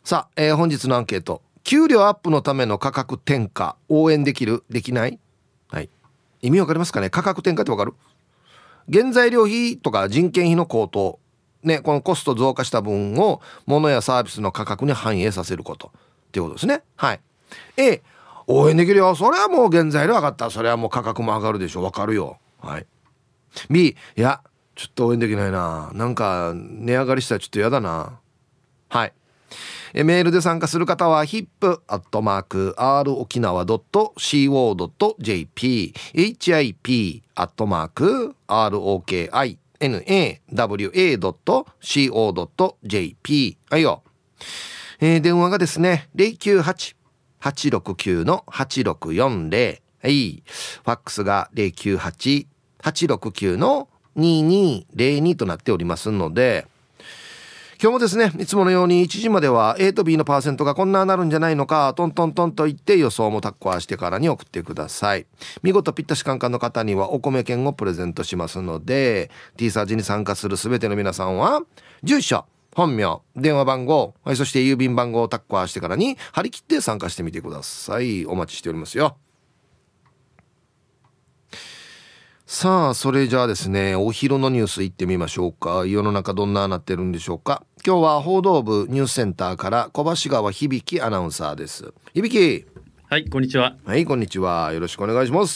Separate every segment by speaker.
Speaker 1: さあ、本日のアンケート、給料アップのための価格転嫁応援できるできない、はい、意味わかりますかね。価格転嫁ってわかる？原材料費とか人件費の高騰ね、このコスト増加した分を物やサービスの価格に反映させることっていうことですね。はい。A、応援できるよ。それはもう原材料上がったらそれはもう価格も上がるでしょ。わかるよ。はい。B、いやちょっと応援できないな、なんか値上がりしたらちょっとやだな。はい。メールで参加する方は hip@rokinawa.co.jp hip@rokinawa.co.jp はいよ。電話がですね 098-869-8640、 はい。ファックスが 098-869-2202 となっておりますので、今日もですね、いつものように1時までは A と B のパーセントがこんななるんじゃないのか、トントントンと言って予想もタッコアしてからに送ってください。見事ぴったしカンカンの方にはお米券をプレゼントしますので、 T サージに参加するすべての皆さんは住所、本名、電話番号、はい、そして郵便番号をタッコアしてからに張り切って参加してみてください。お待ちしておりますよ。さあ、それじゃあですね、お昼のニュース行ってみましょうか。世の中どんななってるんでしょうか。今日は報道部ニュースセンターから小橋川響アナウンサーです。響。
Speaker 2: はい、こんにちは。
Speaker 1: はい、こんにちは。よろしくお願いします。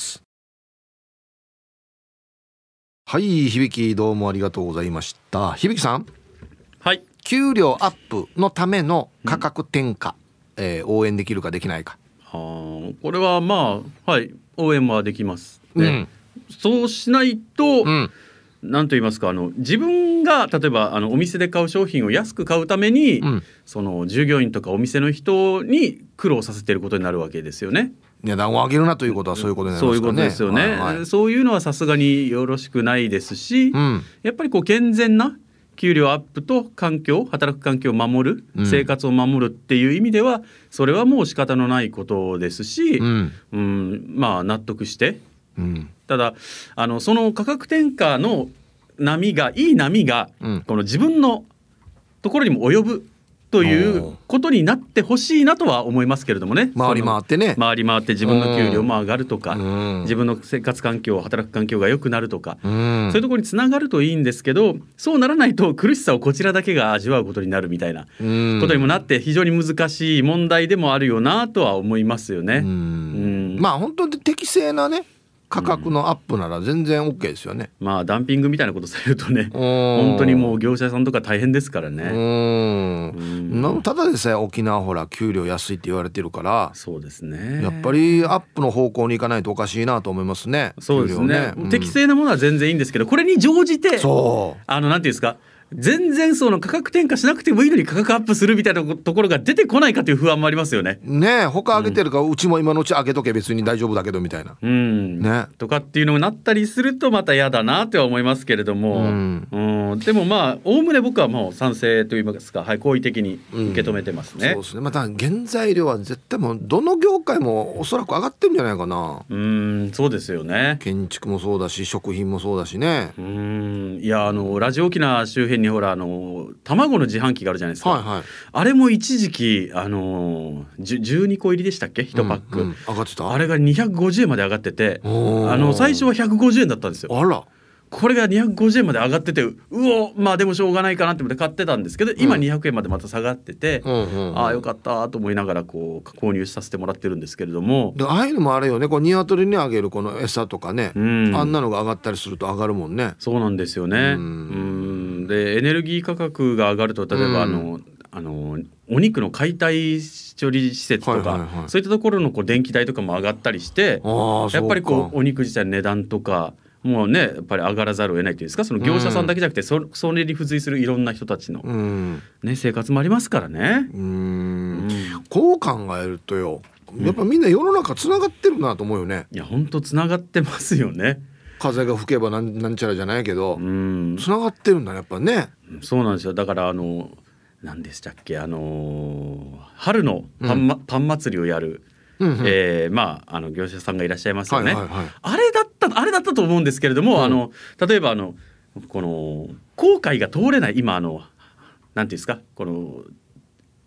Speaker 1: はい、響、どうもありがとうございました。響さん。
Speaker 2: はい。
Speaker 1: 給料アップのための価格転嫁、応援できるかできないか。
Speaker 2: これはまあ、はい、応援はできますね。そうしないと、なんと言いますか、自分が例えばお店で買う商品を安く買うために、その従業員とかお店の人に苦労させていることになるわけですよね。
Speaker 1: 値段を上げるなということはそういうことになりますかね。
Speaker 2: そういうことですよね。はいはい、そういうのはさすがによろしくないですし、やっぱりこう健全な給料アップと働く環境を守る、生活を守るっていう意味ではそれはもう仕方のないことですし、まあ納得して、ただその価格転嫁のいい波が、この自分のところにも及ぶということになってほしいなとは思いますけれどもね。
Speaker 1: 回り回ってね、
Speaker 2: 回り回って自分の給料も上がるとか、自分の生活環境、働く環境が良くなるとか、そういうところにつながるといいんですけど、そうならないと苦しさをこちらだけが味わうことになるみたいなことにもなって非常に難しい問題でもあるよなとは思いますよね。
Speaker 1: まあ本当に適正なね価格のアップなら全然 OK ですよね。
Speaker 2: まあダンピングみたいなことされるとね、本当にもう業者さんとか大変ですからね。
Speaker 1: ただでさえ沖縄ほら給料安いって言われてるから、
Speaker 2: そうですね、
Speaker 1: やっぱりアップの方向に行かないとおかしいなと思いますね。
Speaker 2: そうですね、適正なものは全然いいんですけど、これに乗じてなんていうんですか、全然その価格転嫁しなくてもいいのに価格アップするみたいなところが出てこないかという不安もありますよね。
Speaker 1: ねえ、他上げてるから、うちも今のうち上げとけ別に大丈夫だけどみたいな、ね、
Speaker 2: とかっていうのになったりするとまた嫌だなとは思いますけれども、でもまあおおむね僕はもう賛成といいますか、はい、好意的に受け止めてますね。
Speaker 1: そうですね。また原材料は絶対もうどの業界もおそらく上がってるんじゃないかな。
Speaker 2: そうですよね。
Speaker 1: 建築もそうだし食品もそうだしね。
Speaker 2: いやラジオ沖縄周辺にほら卵の自販機があるじゃないですか、あれも一時期12個入りでしたっけ、1パック、
Speaker 1: 上がってた。
Speaker 2: あれが250円まで上がってて、最初は150円だったんですよ。
Speaker 1: あら、
Speaker 2: これが250円まで上がってて、まあでもしょうがないかなって思って買ってたんですけど、今200円までまた下がってて、ああよかったと思いながらこう購入させてもらってるんですけれども、
Speaker 1: でああいうのもあれよね、こう鶏にあげるこの餌とかね、あんなのが上がったりすると上がるもんね。
Speaker 2: そうなんですよね。でエネルギー価格が上がると、例えばお肉の解体処理施設とか、そういったところのこう電気代とかも上がったりして、やっぱりこうお肉自体の値段とかもうね、やっぱり上がらざるを得ないというんですか、その業者さんだけじゃなくて、それに付随するいろんな人たちの、生活もありますからね。
Speaker 1: こう考えるとよ、やっぱみんな世の中つながってるなと思うよね。
Speaker 2: いや本当つながってますよね。
Speaker 1: 風が吹けばなんちゃらじゃないけど、つながってるんだねやっぱね。
Speaker 2: そうなんですよ。だから何でしたっけ、春のパン祭りをやる、業者さんがいらっしゃいますよね。あれだったと思うんですけれども、例えばこの航海が通れない今なんていうんですか、この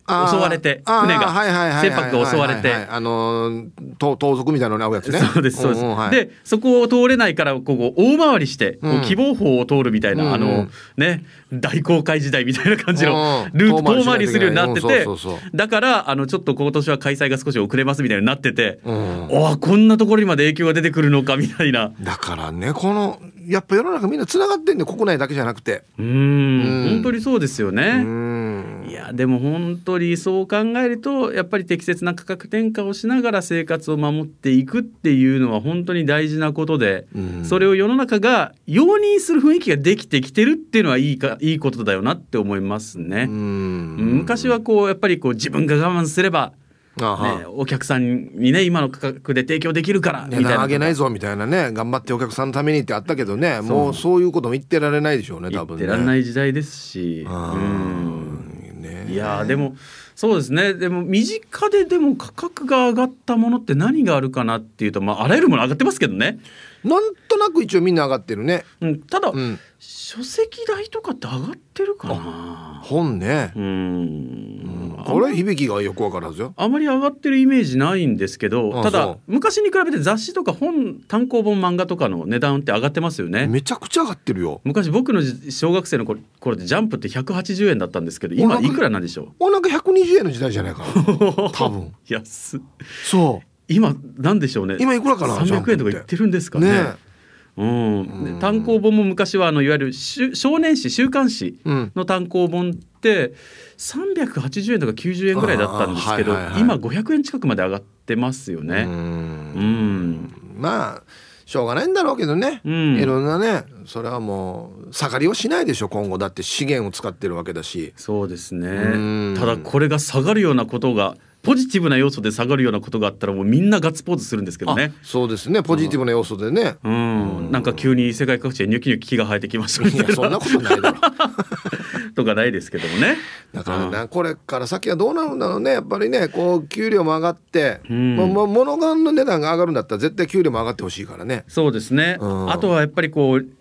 Speaker 2: 襲われて船が船舶が襲われて
Speaker 1: 盗賊みたいなのに遭うやつね。
Speaker 2: そうですそうです、でそこを通れないからここ大回りして、希望峰を通るみたいな、ね大航海時代みたいな感じのルート遠回りするようになってて、だからちょっと今年は開催が少し遅れますみたいになってて、こんなところにまで影響が出てくるのかみたいな。
Speaker 1: だからねやっぱ世の中みんなつながってんね、国内だけじゃなくて。
Speaker 2: 本当にそうですよね。いやでも本当にそう考えるとやっぱり適切な価格転嫁をしながら生活を守っていくっていうのは本当に大事なことで、それを世の中が容認する雰囲気ができてきてるっていうのはいいことだよなって思いますね。昔はやっぱり自分が我慢すればお客さんにね今の価格で提供できるからみたいな、値段
Speaker 1: 上げないぞみたいなね、頑張ってお客さんのためにってあったけどね、もうそういうことも言ってられないでしょうね、多分ね。
Speaker 2: 言ってられない時代ですし、いやでもそうですね。でも身近ででも価格が上がったものって何があるかなっていうと、あらゆるもの上がってますけどね。
Speaker 1: なんとなく一応みんな上がってるね。
Speaker 2: ただ、書籍代とかって上がってるかな。
Speaker 1: 本ね。これ響きがよくわかるはずよ。あ
Speaker 2: まり上がってるイメージないんですけど、ただ昔に比べて雑誌とか単行本漫画とかの値段って上がってますよね。
Speaker 1: めちゃくちゃ上がってるよ。
Speaker 2: 昔僕の小学生の頃ってジャンプって180円だったんですけど、今いくらなんでしょ
Speaker 1: う。なんか120円の時代じゃないかな多分。
Speaker 2: 安っ。
Speaker 1: そう
Speaker 2: 今なんでしょうね。
Speaker 1: 今いくらかな。
Speaker 2: 300円とか言ってるんですかね。単行本も昔はいわゆる少年誌週刊誌の単行本って380円とか90円ぐらいだったんですけど、今500円近くまで上がってますよね。
Speaker 1: まあしょうがないんだろうけどね、いろんなね、それはもう下がりをしないでしょ今後。だって資源を使ってるわけだし。
Speaker 2: そうですね。ただこれが下がるようなことがポジティブな要素で下がるようなことがあったらもうみんなガッツポーズするんですけどね。
Speaker 1: そうですね、ポジティブな要素でね。
Speaker 2: なんか急に世界各地でニョキニョキ木が生えてきましたみたいな。
Speaker 1: いやそんなことないだろ
Speaker 2: とかないですけどもね。
Speaker 1: だからな、これから先はどうなるんだろうね。やっぱりね給料も上がって、物がの値段が上がるんだったら絶対給料も上がってほしいからね。
Speaker 2: そうですね。あとはやっぱり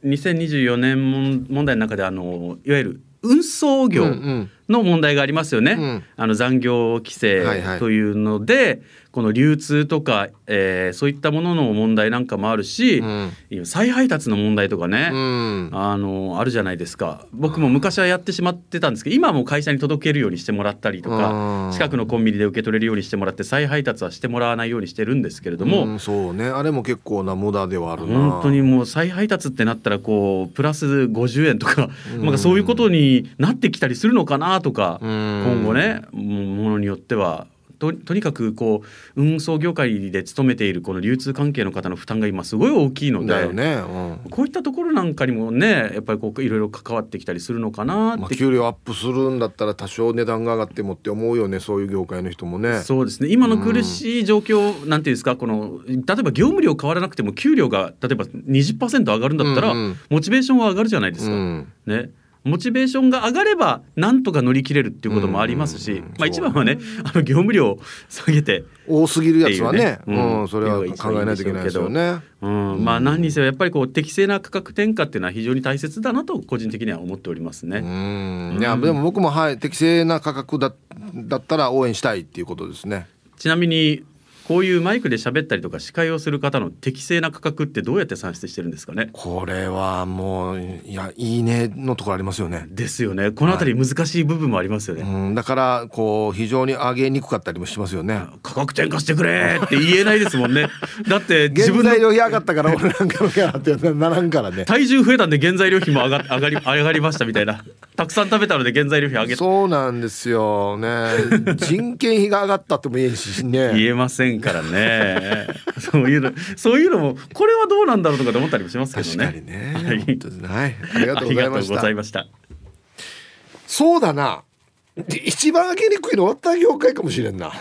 Speaker 2: 2024年問題の中でいわゆる運送業の問題がありますよね。残業規制というので、この流通とか、そういったものの問題なんかもあるし、再配達の問題とかね、あるじゃないですか。僕も昔はやってしまってたんですけど、今はもう会社に届けるようにしてもらったりとか、近くのコンビニで受け取れるようにしてもらって再配達はしてもらわないようにしてるんですけれども、
Speaker 1: そうね、あれも結構な無駄ではあるな。
Speaker 2: 本当にもう再配達ってなったらプラス50円とか、なんかそういうことになってきたりするのかなとか、今後ね、ものによってはとにかく運送業界で勤めているこの流通関係の方の負担が今すごい大きいので、
Speaker 1: だよね、
Speaker 2: こういったところなんかにもねやっぱりいろいろ関わってきたりするのかなって、
Speaker 1: 給料アップするんだったら多少値段が上がってもって思うよね、そういう業界の人もね。
Speaker 2: そうですね。今の苦しい状況、なんていうんですか、例えば業務量変わらなくても給料が例えば 20% 上がるんだったら、モチベーションは上がるじゃないですか、ね。モチベーションが上がればなんとか乗り切れるっていうこともありますし、一番はね業務量を下げて
Speaker 1: 多すぎるやつはね、それは考えないといけないですよね。
Speaker 2: 何にせよやっぱり適正な価格転嫁っていうのは非常に大切だなと個人的には思っておりますね。
Speaker 1: いやでも僕も適正な価格だったら応援したいっていうことですね。
Speaker 2: ちなみにこういうマイクで喋ったりとか司会をする方の適正な価格ってどうやって算出してるんですかね。
Speaker 1: これはもういいねのところありますよね。
Speaker 2: ですよね。このあたり難しい部分もありますよね。
Speaker 1: だから非常に上げにくかったりもしますよね。
Speaker 2: 価格転嫁してくれって言えないですもんね。だって
Speaker 1: 自分の原材料費上がったから俺なんかのキャラってならんからね。
Speaker 2: 体重増えたんで原材料費も上がりましたみたいな。たくさん食べたので原材料費上げた。
Speaker 1: そうなんですよね。人件費が上がったっても言えんしね。
Speaker 2: 言えませんからね。そういうのもこれはどうなんだろうとかと思ったりもしますけどね。
Speaker 1: 確かにね。はい、ありがとうございました。そうだな。一番上げにくいのはった業界かもしれんな。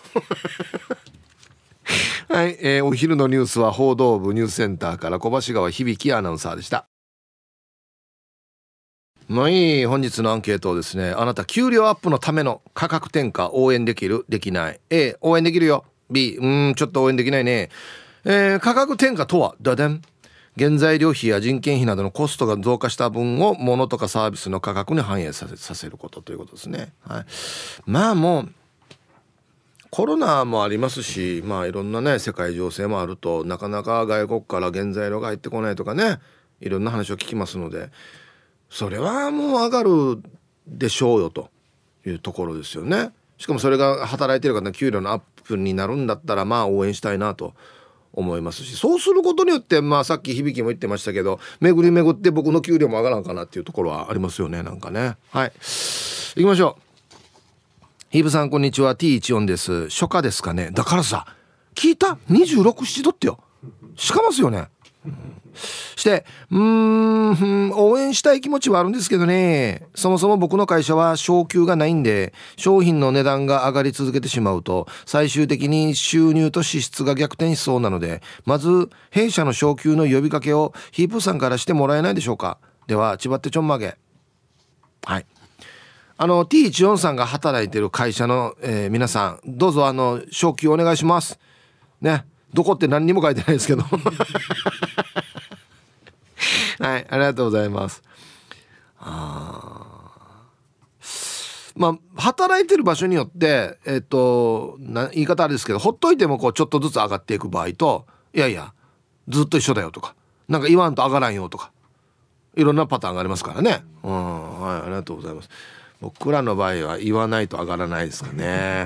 Speaker 1: はい、お昼のニュースは報道部ニュースセンターから小橋川響アナウンサーでした。本日のアンケートをですね、あなた給料アップのための価格転嫁応援できるできない。 A 応援できるよ。 B ちょっと応援できないね。価格転嫁とはダダン、 原材料費や人件費などのコストが増加した分を物とかサービスの価格に反映させることということですね。はい、まあもうコロナもありますし、まあいろんなね世界情勢もあると、なかなか外国から原材料が入ってこないとかね、いろんな話を聞きますので、それはもう上がるでしょうよというところですよね。しかもそれが働いてる方の給料のアップになるんだったら、まあ応援したいなと思いますし、そうすることによって、まあさっき響も言ってましたけど、巡り巡って僕の給料も上がらんかなっていうところはありますよね、なんかね。はい、行きましょう。ヒーブさんこんにちは、 T14 です。初夏ですかね。だからさ、聞いた26、7度ってよ、しかますよね。して応援したい気持ちはあるんですけどね、そもそも僕の会社は昇給がないんで、商品の値段が上がり続けてしまうと最終的に収入と支出が逆転しそうなので、まず弊社の昇給の呼びかけをヒープさんからしてもらえないでしょうか。では千葉ってちょんまげ。はい、T14 さんが働いてる会社の、皆さんどうぞ昇給お願いしますね。どこって何にも書いてないですけどはい、ありがとうございます。まあ働いてる場所によって言い方あれですけど、ほっといてもこうちょっとずつ上がっていく場合と、いやいやずっと一緒だよとか、なんか言わんと上がらんよとか、いろんなパターンがありますからね。はい、ありがとうございます。僕らの場合は言わないと上がらないですかね。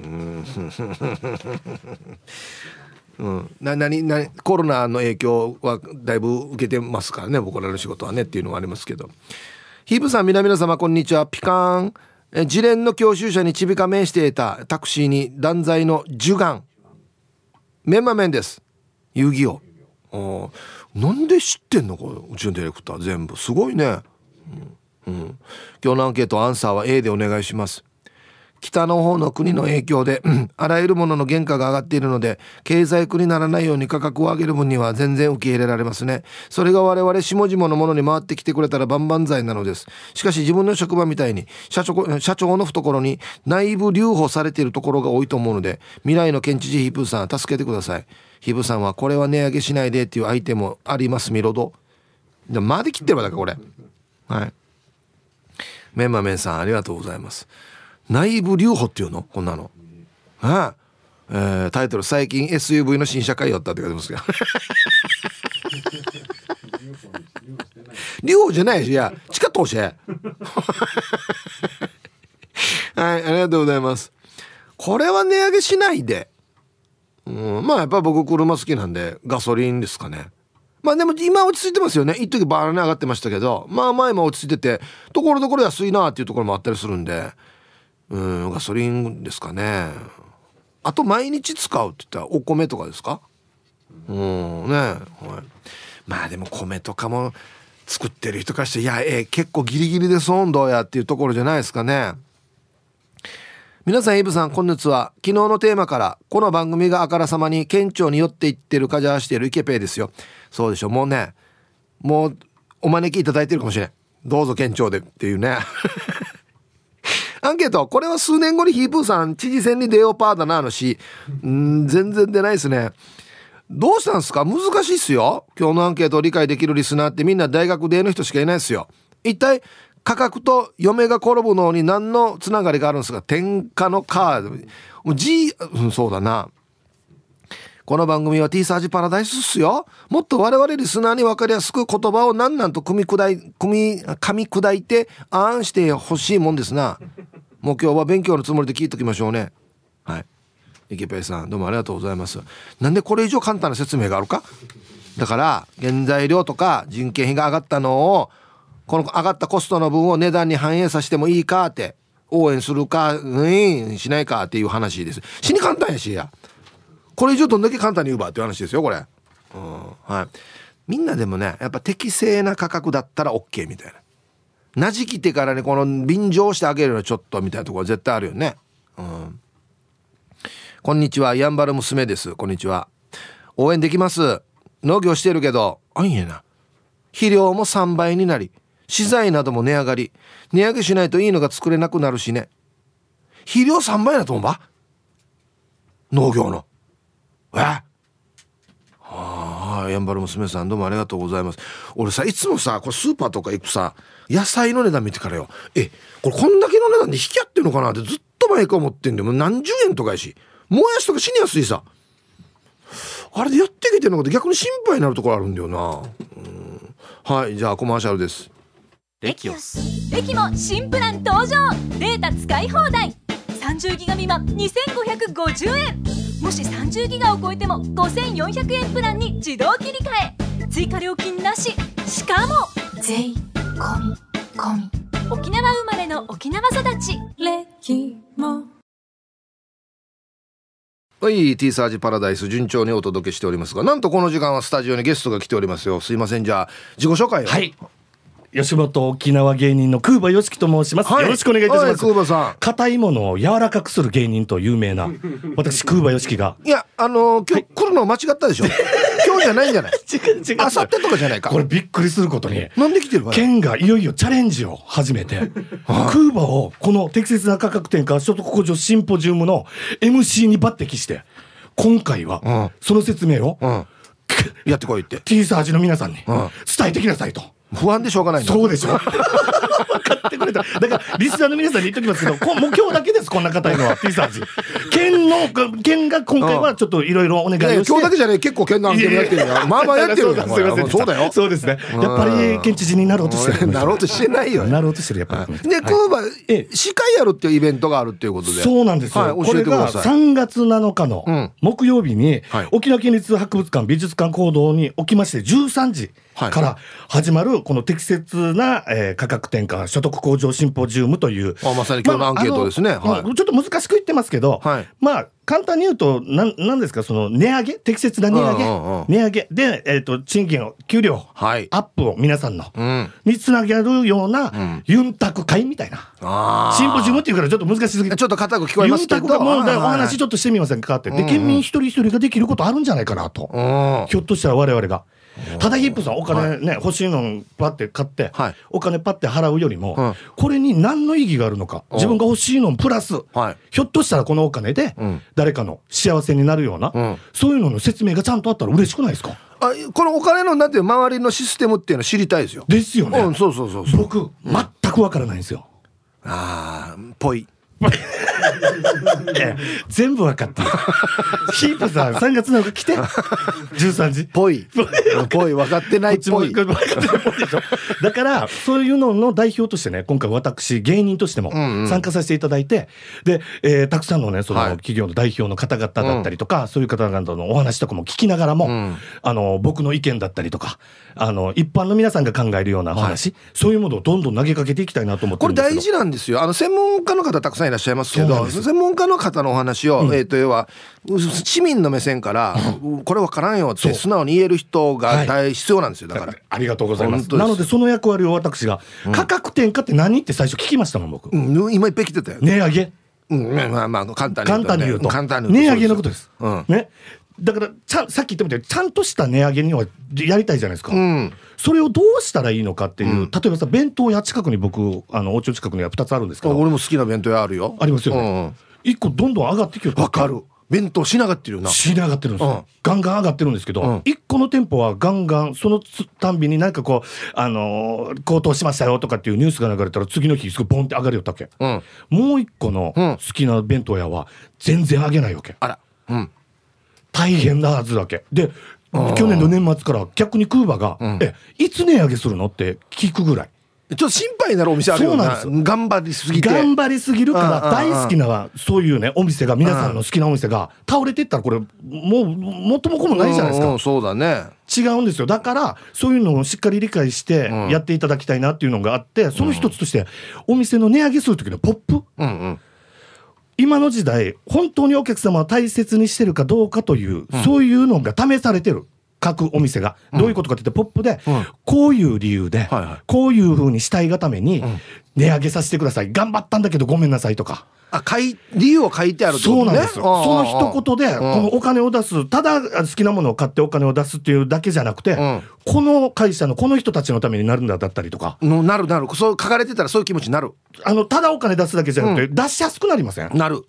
Speaker 1: コロナの影響はだいぶ受けてますからね、僕らの仕事はねっていうのがありますけど。ヒープさん、皆様こんにちは。ピカーン。自連の教習車にちびかめしていたタクシーに断罪のジュガンメンマメンです。遊戯王。なんで知ってんのこれ、うちのディレクター全部すごいね。今日のアンケートアンサーは A でお願いします。北の方の国の影響であらゆるものの原価が上がっているので、経済苦にならないように価格を上げる分には全然受け入れられますね。それが我々下々のものに回ってきてくれたら万々歳なのです。しかし自分の職場みたいに社長の懐に内部留保されているところが多いと思うので、未来の県知事ヒープーさん助けてください。ヒープーさんはこれは値上げしないでっていうアイテムありますミロドでまで切ってるわだからこれ。はい、メンマメンさんありがとうございます。内部留保っていうのこんなの、タイトル最近 SUV の新車買いよったって書いてますけど留保じゃないし、いや地下投資はい、ありがとうございます。これは値上げしないで、まあやっぱ僕車好きなんでガソリンですかね。まあでも今落ち着いてますよね。一時バーン上がってましたけど、まあ前も落ち着いてて、ところどころ安いなっていうところもあったりするんで、ガソリンですかね。あと毎日使うって言ったらお米とかですか。ね、はい、まあでも米とかも作ってる人からして、いや結構ギリギリで損どうやっていうところじゃないですかね。皆さんイブさんこんにちは。昨日のテーマからこの番組があからさまに県庁に寄っていってるかじゃしているイケペイですよ。そうでしょ、もうね、もうお招きいただいてるかもしれん。どうぞ県庁でっていうねアンケート、これは数年後にヒープーさん知事選に出ようパーだな全然出ないですね。どうしたんですか、難しいっすよ。今日のアンケートを理解できるリスナーってみんな大学出の人しかいないですよ。一体価格と嫁が転ぶのに何のつながりがあるんですか。天下のカードそうだな。この番組は T サージパラダイスっすよ。もっと我々リスナーに分かりやすく言葉を何なんと噛み砕いてあんしてほしいもんですな。もう今日は勉強のつもりで聞いときましょうね。はい、池ペイさんどうもありがとうございます。なんでこれ以上簡単な説明があるか。だから原材料とか人件費が上がったのを、この上がったコストの分を値段に反映させてもいいかって、応援するかしないかっていう話です。死に簡単やしや、これ以上どんだけ簡単に言うばっていう話ですよこれ。はい、みんなでもねやっぱ適正な価格だったら OK みたいな、なじきてからねこの便乗してあげるのちょっとみたいなところ絶対あるよね。こんにちは、やんばる娘です。こんにちは。応援できます。農業してるけどあんやな、肥料も3倍になり資材なども値上がり、値上げしないといいのが作れなくなるしね。肥料3倍だと思うば農業のははい、やんばる娘さんどうもありがとうございます。俺さ、いつもさこれスーパーとか行くさ、野菜の値段見てからよ、これこんだけの値段で引き合ってんのかなってずっと前から思ってんで、もう何十円とかやし、もやしとか死にやすいさ、あれでやってきてるのかって逆に心配になるところあるんだよな。はい、じゃあコマーシャルです。
Speaker 3: レキオス。レキも新プラン登場。データ使い放題。30ギガ未満2550円。もし30ギガを超えても5400円プランに自動切り替え。追加料金なし。しかも税込み沖縄生まれの沖縄育ち。レキも。
Speaker 1: はい、T サージパラダイス順調にお届けしておりますが、なんとこの時間はスタジオにゲストが来ておりますよ。すいません、じゃあ自己紹介を。
Speaker 4: はい、吉本沖縄芸人のクーバヨシキと申します、はい、よろしくお願いいたします。
Speaker 1: クーバさん、硬
Speaker 4: いものを柔らかくする芸人と有名な私クーバヨシキが、
Speaker 1: いや今日来るの間違ったでしょ、今日じゃないんじゃない
Speaker 4: 違う
Speaker 1: あさってとかじゃないか。
Speaker 4: これびっくりすることに、
Speaker 1: なんで来てるか、
Speaker 4: 県がいよいよチャレンジを始めてクーバをこの適切な価格転嫁所得向上シンポジウムの MC に抜擢して、今回はその説明を、
Speaker 1: やってこいって
Speaker 4: T サージの皆さんに伝えてきなさいと。
Speaker 1: 不安でしょうがないんだ。
Speaker 4: そうでしょ分かってくれた。だからリスナーの皆さんに言っときますけど、もう今日だけです、こんな硬いのは T サージ。県が今回はちょっといろいろお願いをして、
Speaker 1: 今日だけじゃねえ、結構県の案件やってるよ。まあまあやってるよ。
Speaker 4: すいません、そうだよ。そうですね、やっぱり県知事になろうとしてる。
Speaker 1: なろうとしてないよ。
Speaker 4: なろうとしてる、やっぱり。
Speaker 1: で、クーバ司会やるっていうイベントがあるっていうことで。
Speaker 4: そうなんですよ。これが3月7日の木曜日に沖縄県立博物館美術館講堂におきまして、13時から始まるこの適切な価格転嫁所得向上シンポジウムという、
Speaker 1: まさに今日のアンケートですね。
Speaker 4: ちょっと難しく言ってますけど、まあ簡単に言うとなんですか、その値上げ、適切な値上げで、賃金を給料アップを皆さんのにつなげるようなユンタク会みたいな、シンポジウムっていうからちょっと難しすぎて
Speaker 1: ちょっと硬く聞こえますけど、
Speaker 4: ユンタクがもうお話ちょっとしてみませんかって、で県民一人一人ができることあるんじゃないかなと、ひょっとしたら我々が。ただヒップさん、お金ね、欲しいのパッて買って、お金パッて払うよりも、これに何の意義があるのか、自分が欲しいのプラス、ひょっとしたらこのお金で誰かの幸せになるような、そういうのの説明がちゃんとあったら嬉しくないですか。
Speaker 1: このお金のなんていう周りのシステムっていうの知りたいですよ。
Speaker 4: ですよね。
Speaker 1: そうそうそう。
Speaker 4: 僕全くわからないんですよ。
Speaker 1: ぽい
Speaker 4: 全部わかってる。ヒープさん3月7日来て13時
Speaker 1: ぽい分かってないぽい。
Speaker 4: だからそういうのの代表としてね、今回私芸人としても参加させていただいて、で、たくさんのね、その企業の代表の方々だったりとか、そういう方々のお話とかも聞きながらも、僕の意見だったりとか、一般の皆さんが考えるようなお話、そういうものをどんどん投げかけていきたいなと思ってるんですけど。
Speaker 1: これ大事なんですよ。専門家の方たくさんいらっしゃいますけど、専門家の方のお話を、要は市民の目線からこれ分からんよって素直に言える人が必要なんですよ。だから
Speaker 4: ありがとうございます。なのでその役割を私が、価格転嫁って何って最初聞きましたもん、僕。
Speaker 1: 今いっぱい来てたよ。
Speaker 4: 値上げ。
Speaker 1: まあ簡単に言うと
Speaker 4: 値上げのことです。ね。だからさっき言ったみたいにちゃんとした値上げにはやりたいじゃないですか。それをどうしたらいいのかっていう、例えばさ、弁当屋近くに僕お家近くには2つあるんですけど、
Speaker 1: 俺も好きな弁当屋あるよ。
Speaker 4: ありますよね。1個どんどん上がってきてる。
Speaker 1: わかる。弁当しながってるよな。
Speaker 4: しながってるんですよ。ガンガン上がってるんですけど、1個の店舗はガンガンそのたんびになんかこう高騰しましたよとかっていうニュースが流れたら、次の日すごいボンって上がるよったっけ。もう1個の好きな弁当屋は全然上げないわけ。大変なはずだけで、去年の年末から逆にクーバが、いつ値上げするのって聞くぐらい
Speaker 1: ちょっと心配になるお店あるよな。頑張りすぎて、
Speaker 4: 頑張りすぎるから大好きなそういうねお店が、皆さんの好きなお店が倒れていったら、これもう元も子もないじゃないですか。
Speaker 1: そうだね。
Speaker 4: 違うんですよ。だからそういうのをしっかり理解してやっていただきたいなっていうのがあって、その一つとしてお店の値上げする時のポップ、今の時代本当にお客様を大切にしてるかどうかという、そういうのが試されてる。各お店がどういうことかって言って、ポップでこういう理由でこういう風にしたいがために値上げさせてください、頑張ったんだけどごめんなさいとか、
Speaker 1: 理由を書いてあるってことね。
Speaker 4: そうなんですよ。その一言でこのお金を出す、ただ好きなものを買ってお金を出すっていうだけじゃなくて、この会社のこの人たちのためになるんだったりとか、
Speaker 1: なるそう書かれてたらそういう気持ちになる。
Speaker 4: ただお金出すだけじゃなくて、出しやすくなりません？
Speaker 1: なる。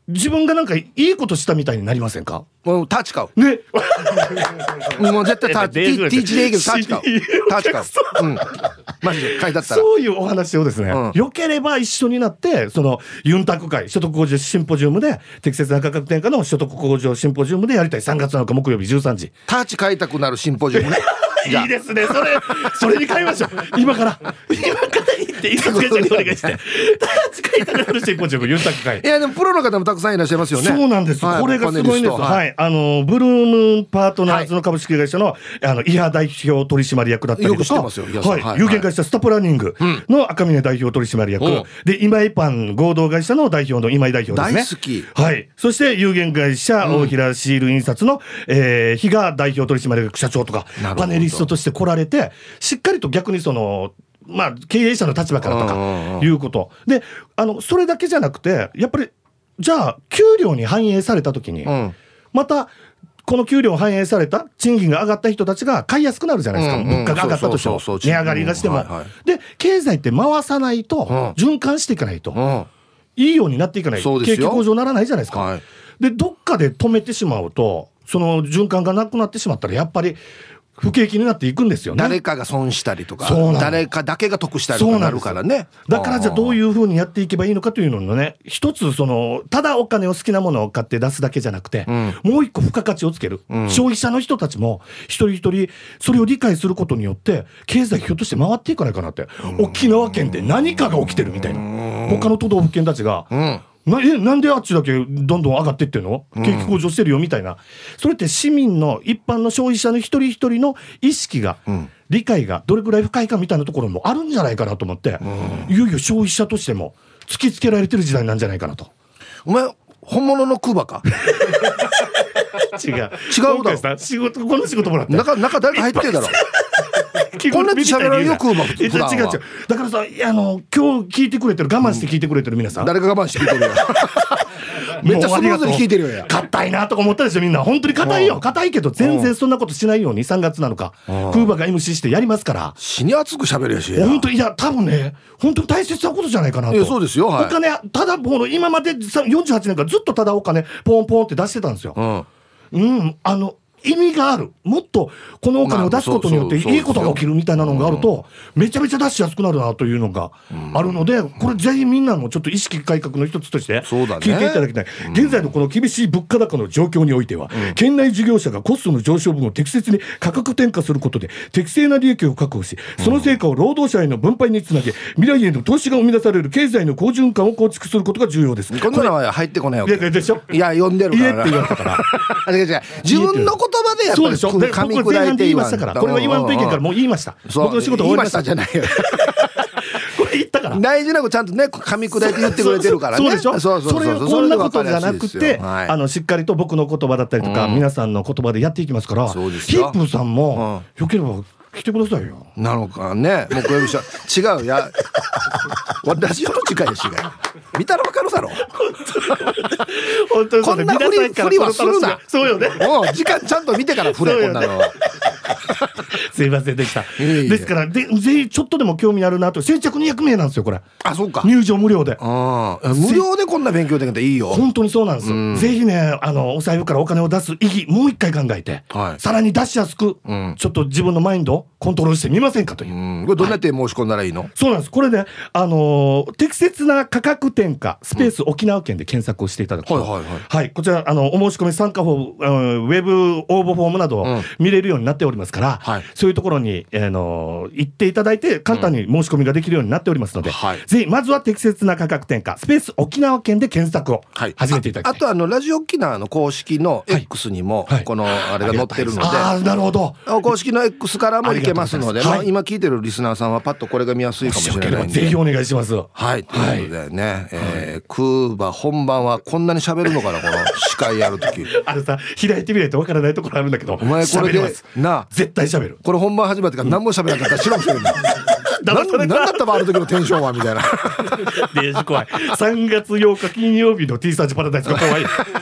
Speaker 4: 自分がなんかいいことしたみたいになりませんか？
Speaker 1: もうタッチ買う
Speaker 4: ね。
Speaker 1: もう絶対タッチティーチでいいけどタッチ買うタッチ買うマジで書いてあったら
Speaker 4: そういうお話をですね、よければ一緒になってそのユンタク会所得向上シンポジウムで適切な価格転嫁の所得向上シンポジウムでやりたい。3月7日木曜日13時
Speaker 1: タッチ買いたくなるシンポジウムね
Speaker 4: いいですね。それに変えましょう。今から行って印刷会社にお願いして使いたくなるシンポジウムユンタク会。
Speaker 1: いやでもプロの方もたくさんいらっしゃいますよね。
Speaker 4: そうなんです、はい、これがすごいんです。はい、ブルームンパートナーズの株式会社の伊波代表取締役だったりとか、
Speaker 1: よく知ってますよ、
Speaker 4: はい、有限会社スタプランニングの赤嶺代表取締役、で今井パン合同会社の代表の今井代表ですね。
Speaker 1: 大好き。
Speaker 4: はい、そして有限会社大平シール印刷の比嘉代表取締役社長とかパネリストとして来られて、しっかりと逆にそのまあ経営者の立場からとかいうことで、それだけじゃなくてやっぱりじゃあ給料に反映された時に、またこの給料反映された賃金が上がった人たちが買いやすくなるじゃないですか。物価が上がったとしても値上がりがしても、で経済って回さないと、循環していかないと、いいようになっていかない、景気向上ならないじゃないですか。でどっかで止めてしまうとその循環がなくなってしまったらやっぱり不景気になっていくんですよね。
Speaker 1: 誰かが損したりとか誰かだけが得したりとかなるからね。
Speaker 4: だからじゃあどういうふうにやっていけばいいのかというののね、一つそのただお金を好きなものを買って出すだけじゃなくて、もう一個付加価値をつける、消費者の人たちも一人一人それを理解することによって経済ひょっとして回っていかないかなって、沖縄県で何かが起きてるみたいな、他の都道府県たちが、なんであっちだけどんどん上がっていってるの、景気向上してるよみたいな、それって市民の一般の消費者の一人一人の意識が、理解がどれくらい深いかみたいなところもあるんじゃないかなと思って、いよいよ消費者としても突きつけられてる時代なんじゃないかなと。
Speaker 1: お前本物のクーバか
Speaker 4: 違うだろ。この仕事もらって
Speaker 1: 中誰か入ってるだろこんな喋らんよクーバ普段は。違う
Speaker 4: だからさ、今日聞いてくれてる我慢して聞いてくれてる皆さん、
Speaker 1: 誰が我慢して聞いてるよめっちゃスムーズに聞いてるよ。
Speaker 4: 硬いなとか思ったでしょみんな。本当に硬いよ、硬いけど全然そんなことしないように3月なのかクーバが MC してやりますから。
Speaker 1: 死に熱く喋るやし。
Speaker 4: 本当いや多分ね本当に大切なことじゃないかなと。
Speaker 1: いやそうですよ、はい、
Speaker 4: お金ただ今まで48年間ずっとただお金ポンポンって出してたんですよ。意味がある、もっとこのお金を出すことによっていいことが起きるみたいなのがあるとめちゃめちゃ出しやすくなるなというのがあるので、これぜひみんなもちょっと意識改革の一つとして聞いていただきたい。現在のこの厳しい物価高の状況においては、県内事業者がコストの上昇分を適切に価格転嫁することで適正な利益を確保し、その成果を労働者への分配につなげ、未来への投資が生み出される経済の好循環を構築することが重要です。
Speaker 1: こんなのは入ってこないわけ
Speaker 4: でしょ。
Speaker 1: いや読んでるから
Speaker 4: 家って言われたから
Speaker 1: 自分の言葉でやっぱり
Speaker 4: 噛み砕いて言いましたから、これは言わんといけんからもう言いました。僕の仕事終わりました。
Speaker 1: 言いましたじゃないよ
Speaker 4: これ言ったから
Speaker 1: 大事なことちゃんとね噛み砕いて言ってくれてるからね。
Speaker 4: そうでしょ。それこんなことじゃなくて、しっかりと僕の言葉だったりとか、皆さんの言葉でやっていきますから、ヒップさんもよければ来てくださいよ。
Speaker 1: なのかね。もうこれ違うや私と近いしが見たら分かるだろ
Speaker 4: 本当に
Speaker 1: こんなふりはするな。
Speaker 4: そうよね。
Speaker 1: 時間ちゃんと見てから振れ、こんなの
Speaker 4: すいませんでした。ですからぜひちょっとでも興味あるなと。先着200名なんですよこれ。
Speaker 1: あ、そうか。
Speaker 4: 入場無料で。
Speaker 1: 無料でこんな勉強できていいよ。
Speaker 4: 本当にそうなんですよ。ぜひねお財布からお金を出す意義もう一回考えて、さらに出しやすくちょっと自分のマインドをコントロールしてみませんかという。
Speaker 1: これどうやって申し込んだらいいの？
Speaker 4: そうなんです。これね適切な価格転嫁スペース沖縄県で検索をしていただくと、はい、こちらお申し込み参加フォーム、ウェブ応募フォームなどを見れるようになっておりますから、そういうところに行っていただいて簡単に申し込みができるようになっておりますので、ぜひまずは適切な価格転嫁スペース沖縄県で検索を始めていただきたい。
Speaker 1: あとラジオ沖縄の公式の X にもこのあれが載ってるので、
Speaker 4: なるほど、
Speaker 1: 公式の X からもいけますので、今聞いてるリスナーさんはパッとこれが見やすいかもしれないんで、
Speaker 4: ぜひお願いします。
Speaker 1: はい、ということでね、クーバ本番はこんなに喋るのかな、この司会やるとき
Speaker 4: さ開いてみないとわからないところあるんだけど、
Speaker 1: お前これでな
Speaker 4: 絶対喋る。
Speaker 1: これ本番始まってから何も喋らなかったら白くしてるんだ何だったばある時のテンションはみたいな
Speaker 4: デージ怖い。3月8日金曜日の T サージパラダイスが怖い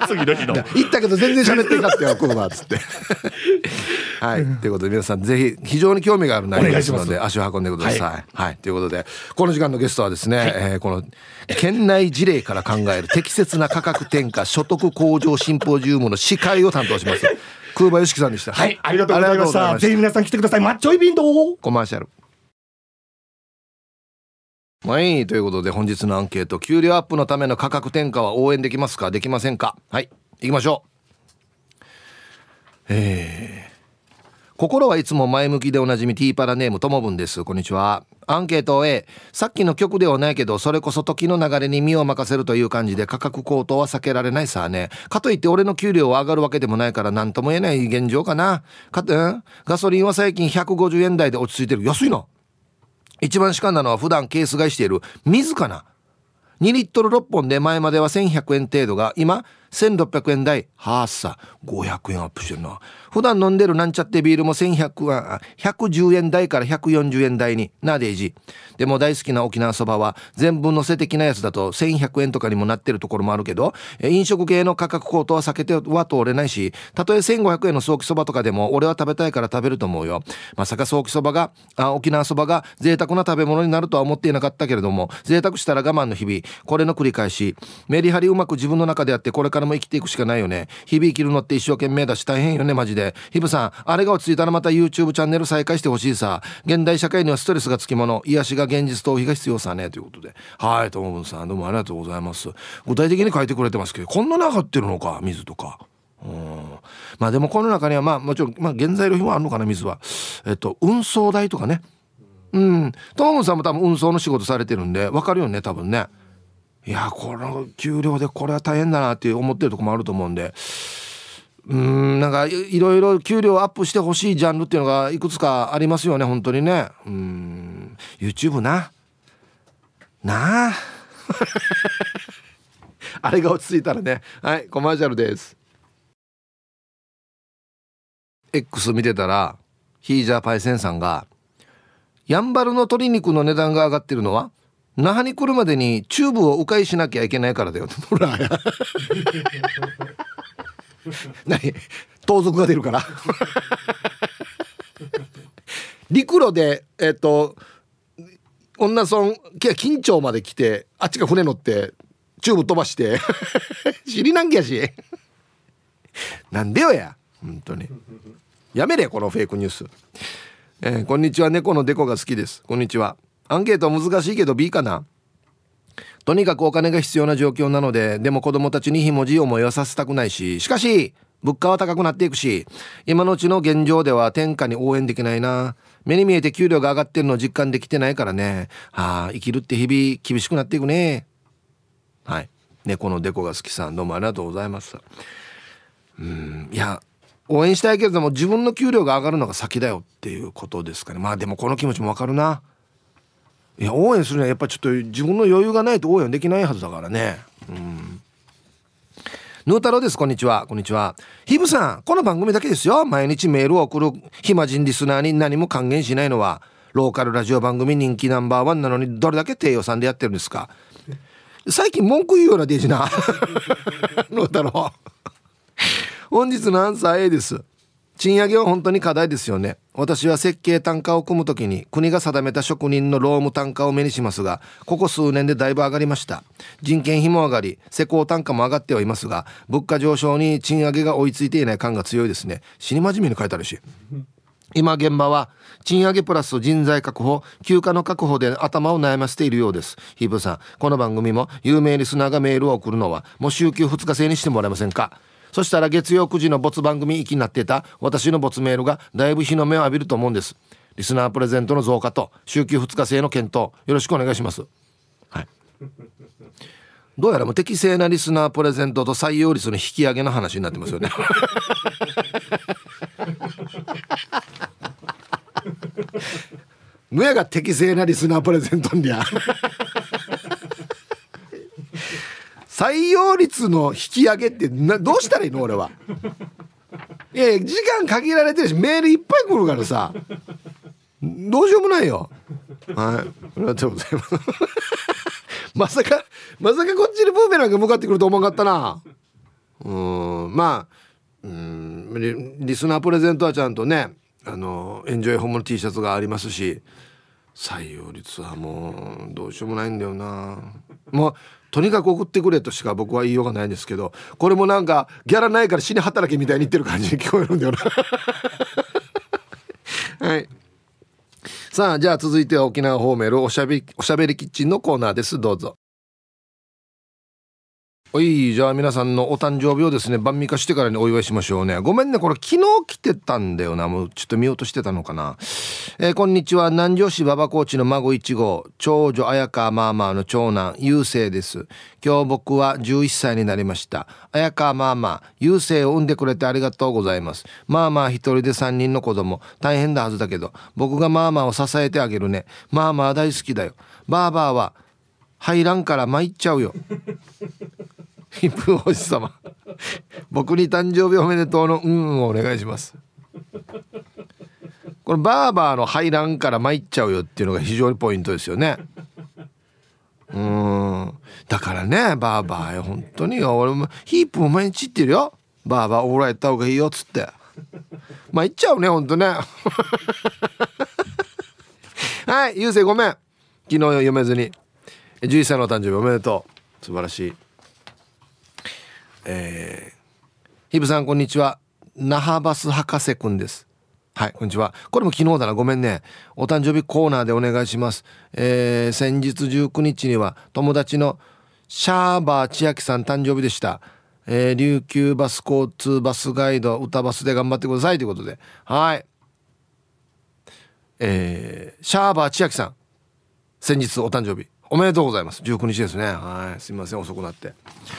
Speaker 4: 次の日の
Speaker 1: 行ったけど全然喋ってなかったよ車っつってはいということで皆さんぜひ非常に興味がある内容ですので足を運んでください。はい、ということでこの時間のゲストはですね、この県内事例から考える適切な価格転嫁所得向上シンポジウムの司会を担当します空場由紀さんでした。
Speaker 4: はい、ありがとうございました。ぜひ皆さん来てください。マッチョイビンド
Speaker 1: コマーシャル。はい、ということで本日のアンケート、給料アップのための価格転嫁は応援できますかできませんか。はい、行きましょう。心はいつも前向きでおなじみティーパラネームともぶんです。こんにちは。アンケート A、 さっきの曲ではないけどそれこそ時の流れに身を任せるという感じで価格高騰は避けられないさね。かといって俺の給料は上がるわけでもないから何とも言えない現状かな。ガソリンは最近150円台で落ち着いてる。安いな。一番しかんなのは普段ケース買いしている水かな。2リットル6本で前までは1100円程度が今1600円台。はあさ500円アップしてるな。普段飲んでるなんちゃってビールも110円台から140円台になデイジ。でも大好きな沖縄そばは全部乗せ的なやつだと1100円とかにもなってるところもあるけど、飲食系の価格高騰は避けては通れないし、たとえ1500円のソーキそばとかでも俺は食べたいから食べると思うよ。まさかソーキそばが沖縄そばが贅沢な食べ物になるとは思っていなかったけれども、贅沢したら我慢の日々、これの繰り返し。メリハリうまく自分の中でやってこれからも生きていくしかないよね。日々生きるのって一生懸命だし大変よねマジで。ヒブさん、あれが落ち着いたらまた YouTube チャンネル再開してほしいさ。現代社会にはストレスがつきもの、癒しが現実逃避が必要さねということで。はい、ともぶんさんどうもありがとうございます。具体的に書いてくれてますけど、こんななかってるのか水とか。まあでもこの中にはもちろん原材料費もあるのかな水は。運送代とかね。ともぶんさんも多分運送の仕事されてるんで分かるよね多分ね。いやこの給料でこれは大変だなって思ってるとこもあると思うんで、なんかいろいろ給料アップしてほしいジャンルっていうのがいくつかありますよね本当にね。YouTube なああれが落ち着いたらね。はい、コマーシャルです。 X 見てたらヒージャーパイセンさんがやんばるの鶏肉の値段が上がってるのは那覇に来るまでにチューブを迂回しなきゃいけないからだよほら何盗賊が出るから陸路で女村金町まで来てあっちが船乗ってチューブ飛ばして知りなんぎやしなんでよや本当にやめれこのフェイクニュース。こんにちは、猫のデコが好きです。こんにちは。アンケートは難しいけど B かな。とにかくお金が必要な状況なので、でも子供たちにひもじい思いはさせたくないし、しかし物価は高くなっていくし、今のうちの現状では転嫁に応援できないな。目に見えて給料が上がってるのを実感できてないからね。生きるって日々厳しくなっていくね。はい、猫のデコが好きさんどうもありがとうございます。いや応援したいけれども自分の給料が上がるのが先だよっていうことですかね。まあでもこの気持ちもわかるな。いや応援するにはやっぱちょっと自分の余裕がないと応援できないはずだからね。ヌー太郎です。こんにちは。こんにちは。ヒブさん、この番組だけですよ。毎日メールを送る暇人リスナーに何も還元しないのはローカルラジオ番組人気ナンバーワンなのにどれだけ低予算でやってるんですか。最近文句言うようなデジなヌー太郎本日のアンサー A です。賃上げは本当に課題ですよね。私は設計単価を組むときに国が定めた職人の労務単価を目にしますが、ここ数年でだいぶ上がりました。人件費も上がり施工単価も上がってはいますが、物価上昇に賃上げが追いついていない感が強いですね。死に真面目に書いてあるし、今現場は賃上げプラス人材確保、休暇の確保で頭を悩ませているようです。ヒブさん、この番組も有名リスナーがメールを送るのはもう週休2日制にしてもらえませんか。そしたら月曜9時のボツ番組行きになっていた私のボツメールがだいぶ日の目を浴びると思うんです。リスナープレゼントの増加と週休2日制の検討よろしくお願いします。はい、どうやらもう適正なリスナープレゼントと採用率の引き上げの話になってますよねのやが適正なリスナープレゼントにゃ採用率の引き上げってどうしたらいいの俺は。いや時間限られてるしメールいっぱい来るからさどうしようもないよ。はい、ありがとうございますまさかこっちにブーメランが向かってくると思わなかったな。 まあリスナープレゼントはちゃんとねエンジョイホームの T シャツがありますし、採用率はもうどうしようもないんだよな。もうとにかく送ってくれとしか僕は言いようがないんですけど、これもなんかギャラないから死に働けみたいに言ってる感じに聞こえるんだよなはい、さあじゃあ続いては沖縄方面のおしゃべりキッチンのコーナーです。どうぞ。じゃあ皆さんのお誕生日をですね晩御飯してからにお祝いしましょうね。ごめんね、これ昨日来てたんだよな。もうちょっと見落としてたのかな。こんにちは。南城市馬場コーチの孫1号、長女綾川マーマーの長男優勢です。今日僕は11歳になりました。綾川マーマー、優勢を産んでくれてありがとうございます。マーマー一人で3人の子供大変だはずだけど、僕がマーマーを支えてあげるね。マーマー大好きだよ。バーバーは入らんから参っちゃうよヒップおじさま僕に誕生日おめでとうのをお願いします。これバーバーの入らんから参っちゃうよっていうのが非常にポイントですよね。だからねバーバー本当によ、俺もヒープも毎日言ってるよ。バーバーお風呂やった方がいいよっつって参っちゃうね本当ねはい、ゆうせいごめん、昨日読めずに。11歳のお誕生日おめでとう。素晴らしい。ヒブさんこんにちは。那覇バス博士くんです。はい、こんにちは。これも昨日だな、ごめんね。お誕生日コーナーでお願いします。先日19日には友達のシャーバー千秋さん誕生日でした。琉球バス交通バスガイド歌バスで頑張ってくださいということで、はい、シャーバー千秋さん先日お誕生日おめでとうございます。19日ですね。はい、すいません遅くなって。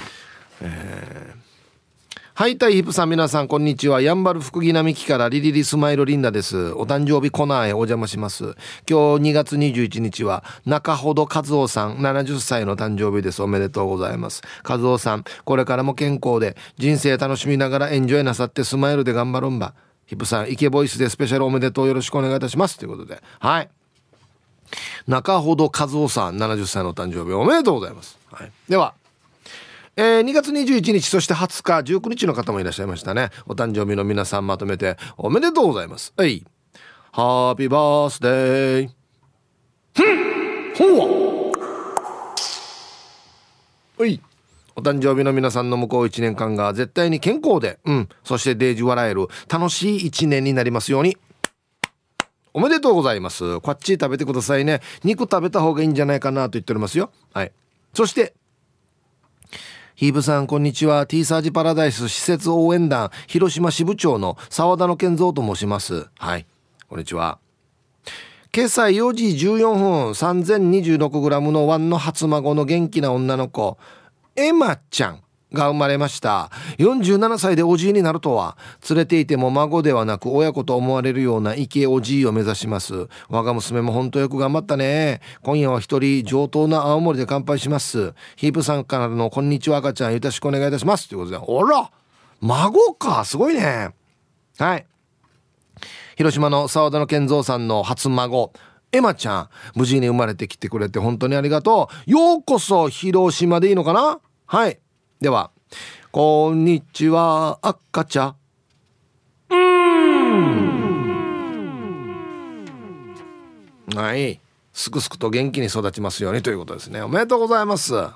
Speaker 1: はい、タイヒップさん皆さんこんにちは。やんばる福木並木からリリリスマイルリンダです。お誕生日コーナーへお邪魔します。今日2月21日は中ほど和夫さん70歳の誕生日です。おめでとうございます。和夫さんこれからも健康で人生楽しみながらエンジョイなさってスマイルで頑張るんば。ヒップさんイケボイスでスペシャルおめでとうよろしくお願いいたしますということで、はい、中ほど和夫さん70歳の誕生日おめでとうございます。はい、では2月21日そして20日19日の方もいらっしゃいましたね。お誕生日の皆さんまとめておめでとうございます。はい、ハッピーバースデー。はい、お誕生日の皆さんの向こう1年間が絶対に健康で、そしてデージ笑える楽しい1年になりますように。おめでとうございます。こっち食べてくださいね。肉食べた方がいいんじゃないかなと言っておりますよ。はい、そしてヒーブさんこんにちは。 T サージパラダイス施設応援団広島支部長の澤田の健三と申します。はい、こんにちは。今朝4時14分 3026g のワンの初孫の元気な女の子エマちゃんが生まれました。47歳でおじいになるとは。連れていても孫ではなく親子と思われるようなイケおじいを目指します。我が娘も本当よく頑張ったね。今夜は一人上等な青森で乾杯します。ヒープさんからのこんにちは赤ちゃんよろしくお願いいたしますということで、ほら孫かすごいね。はい、広島の澤田の健三さんの初孫エマちゃん無事に生まれてきてくれて本当にありがとう。ようこそ広島でいいのかな。はい、ではこんにちは赤ちゃん。はい、すくすくと元気に育ちますようにということですね。おめでとうございます。はい、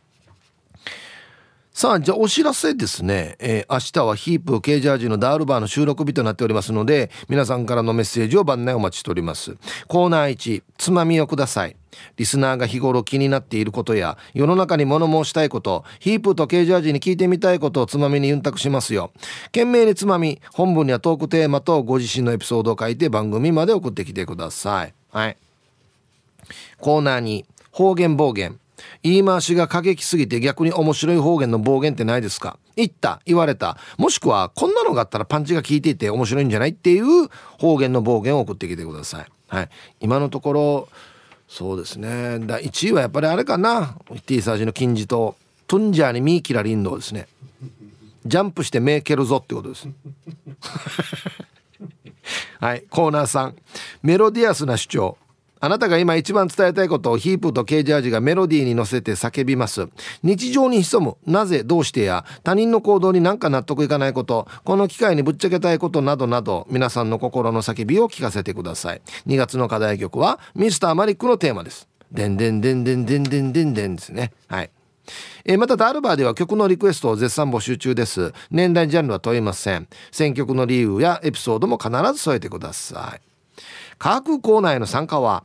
Speaker 1: さあじゃあお知らせですね。明日はヒープ K ジャージのダールバーの収録日となっておりますので、皆さんからのメッセージを番内お待ちしております。コーナー1つまみをください。リスナーが日頃気になっていることや世の中に物申したいこと、ヒープと K ジャージに聞いてみたいことをつまみにユンタクしますよ。懸命につまみ、本文にはトークテーマとご自身のエピソードを書いて番組まで送ってきてください。はい、コーナー2方言暴言。言い回しが過激すぎて逆に面白い方言の暴言ってないですか。言った、言われた、もしくはこんなのがあったらパンチが効いていて面白いんじゃないっていう方言の暴言を送ってきてください。はい、今のところそうですね。1位はやっぱりあれかな。T サージの金字塔トンジャーにミーキラリンドですね。ジャンプして目蹴るぞってことですはい、コーナー3メロディアスな主張。 あなたが今一番伝えたいことをヒープとケージャージがメロディーに乗せて叫びます。日常に潜むなぜどうしてや他人の行動になんか納得いかないこと、この機会にぶっちゃけたいことなどなど、皆さんの心の叫びを聞かせてください。2月の課題曲はミスターマリックのテーマです。でんでんでんでんでんでんでんでんですね。はい。またダールバーでは曲のリクエストを絶賛募集中です。年代ジャンルは問いません。選曲の理由やエピソードも必ず添えてください。各コーナーへの参加は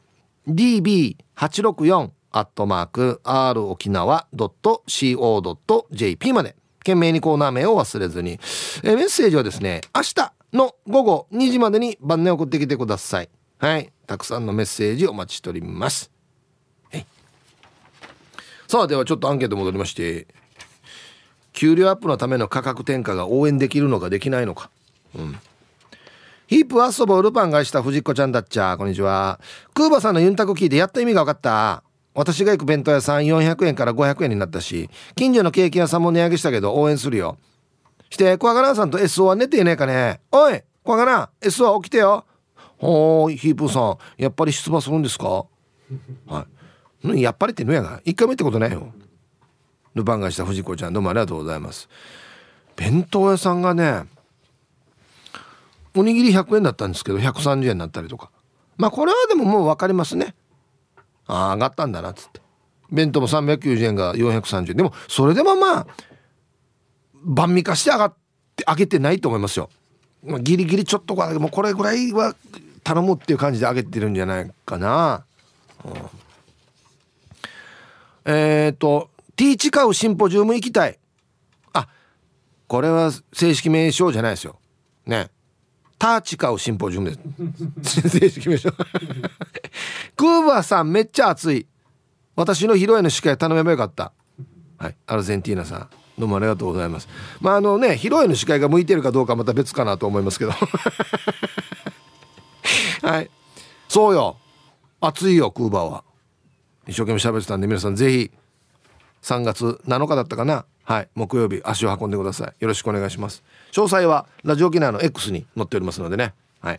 Speaker 1: db864@r 沖縄 .co.jp まで。懸命にコーナー名を忘れずに。メッセージはですね、明日の午後2時までに晩年送ってきてください。はい、たくさんのメッセージお待ちしております。さあ、ではちょっとアンケート戻りまして、給料アップのための価格転嫁が応援できるのかできないのか。ヒープ遊ぼうルパンがした藤子ちゃんだっちゃ、こんにちは。クーバさんのユンタク聞いてやっと意味が分かった。私が行く弁当屋さん400円から500円になったし、近所のケーキ屋さんも値上げしたけど応援するよ。して小柄さんと SO は寝ていねえかね。おい小柄 SO 起きてよ。ほーい、ヒープさんやっぱり出馬するんですか。はい、やっぱりってのやが一回も言ったことないよ。ルパンがした藤子ちゃん、どうもありがとうございます。弁当屋さんがね、おにぎり100円だったんですけど130円になったりとか、まあこれはでももう分かりますね。ああ上がったんだなっつって。弁当も390円が430円でも、それでもまあ晩味化して上げてないと思いますよ。ギリギリちょっともうこれぐらいは頼むっていう感じで上げてるんじゃないかな。ティーチカウシンポジウム行きたい。あ、これは正式名称じゃないですよね。ターチカウシンポジウムです正式名称クーバーさんめっちゃ熱い。私の披露宴の司会頼めばよかった。はい、アルゼンティーナさんどうもありがとうございます。まあ披露宴の司会が向いてるかどうかまた別かなと思いますけどはい、そうよ、熱いよクーバーは。一生懸命喋ってたんで、皆さんぜひ3月7日だったかな、はい、木曜日足を運んでください。よろしくお願いします。詳細はラジオ沖縄の X に載っておりますのでね。はい、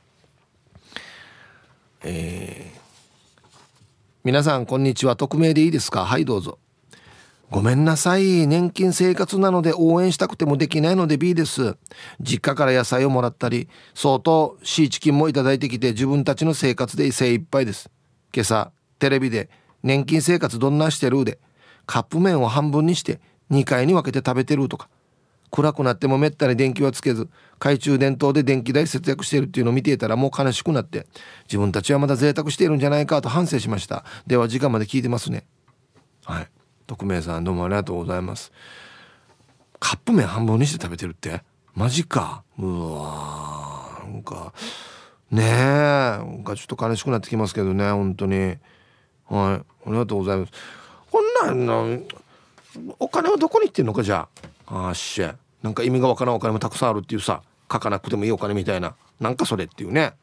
Speaker 1: 皆さんこんにちは。匿名でいいですか。はいどうぞ。ごめんなさい、年金生活なので応援したくてもできないので B です。実家から野菜をもらったり相当シーチキンもいただいてきて、自分たちの生活で精一杯です。今朝テレビで年金生活どんなしてるでカップ麺を半分にして2回に分けて食べてるとか、暗くなってもめったに電気はつけず懐中電灯で電気代節約してるっていうのを見ていたらもう悲しくなって、自分たちはまだ贅沢しているんじゃないかと反省しました。では時間まで聞いてますね。はい、匿名さんどうもありがとうございます。カップ麺半分にして食べてるってマジか。うわー、なんかねえ、なんかちょっと悲しくなってきますけどね、本当に。はい、ありがとうございます。こんなんのお金はどこに行ってんのか。じゃあなんか意味がわからんお金もたくさんあるっていうさ、書かなくてもいいお金みたいな、なんかそれっていうね。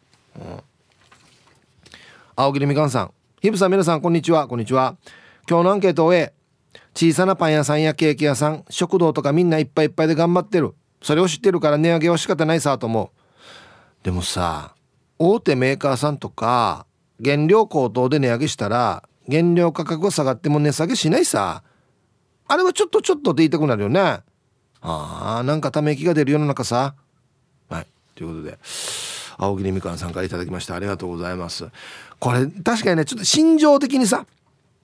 Speaker 1: 青桐みかんさん、ヒブさん皆さんこんにちは。こんにちは。今日のアンケートを終え、小さなパン屋さんやケーキ屋さん、食堂とかみんないっぱいいっぱいで頑張ってる。それを知ってるから値上げは仕方ないさと思う。でもさ、大手メーカーさんとか原料高騰で値上げしたら原料価格が下がっても値下げしないさ。あれはちょっとって言いたくなるよね。なんかため息が出る世の中さ。はい、ということで青桐みかんさんからいただきました。ありがとうございます。これ確かにね、ちょっと心情的にさ、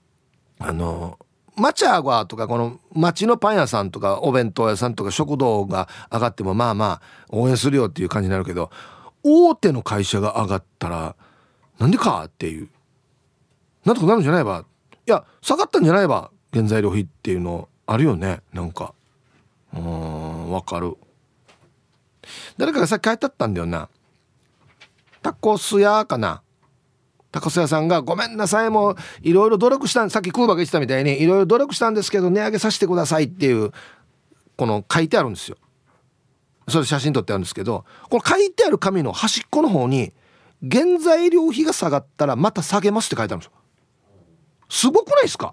Speaker 1: マチャーガーとかこの町のパン屋さんとかお弁当屋さんとか食堂が上がってもまあまあ応援するよっていう感じになるけど、大手の会社が上がったらなんでかっていう、なんとかなるんじゃないば、いや下がったんじゃないば原材料費っていうのあるよね。なんかわかる。誰かがさっき書いてあったんだよな。タコス屋かな、タコス屋さんがごめんなさい、もういろいろ努力したん、さっきクーバーが言ってたみたいにいろいろ努力したんですけど値上げさせてくださいっていうこの書いてあるんですよ。それ写真撮ってあるんですけど、この書いてある紙の端っこの方に原材料費が下がったらまた下げますって書いてあるんですよ。すごくないですか。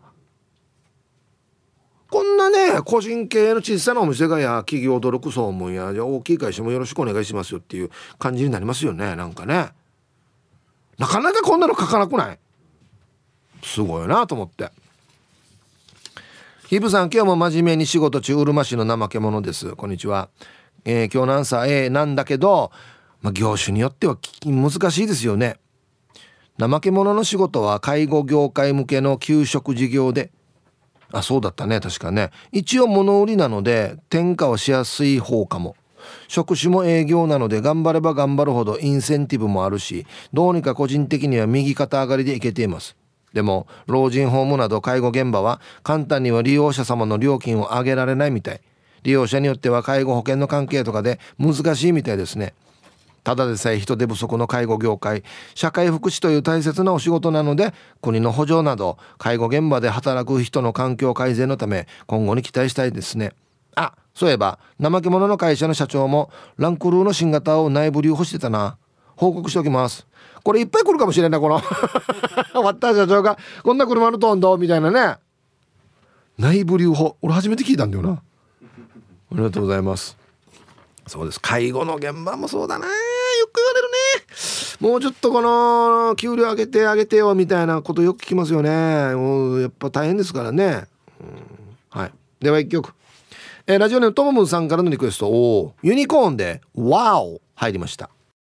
Speaker 1: こんなね個人経営の小さなお店がや企業努力総務やじゃあ大きい会社もよろしくお願いしますよっていう感じになりますよね。なんかね、 なかなかこんなの書かなくない？すごいなと思って。ヒブさん、今日も真面目に仕事中、うるま市の怠け者です。こんにちは。今日のアンサー A なんだけど、業種によっては難しいですよね。怠け者の仕事は介護業界向けの給食事業で、そうだったね、確かね。一応物売りなので転嫁はしやすい方かも。職種も営業なので頑張れば頑張るほどインセンティブもあるし、どうにか個人的には右肩上がりでいけています。でも老人ホームなど介護現場は簡単には利用者様の料金を上げられないみたい。利用者によっては介護保険の関係とかで難しいみたいですね。ただでさえ人手不足の介護業界、社会福祉という大切なお仕事なので、国の補助など介護現場で働く人の環境改善のため今後に期待したいですね。そういえば怠け者の会社の社長もランクルーの新型を内部留保してたな。報告しておきます。これいっぱい来るかもしれんな、この終わった社長がこんな車のトーンどみたいなね。内部留保、俺初めて聞いたんだよな。ありがとうございます。そうです、介護の現場もそうだな、よく言われるね。もうちょっとこの給料上げてよみたいなことよく聞きますよね。もうやっぱ大変ですからね。はい、では一曲、ラジオネームともむんさんからのリクエスト、ユニコーンでワオ入りました。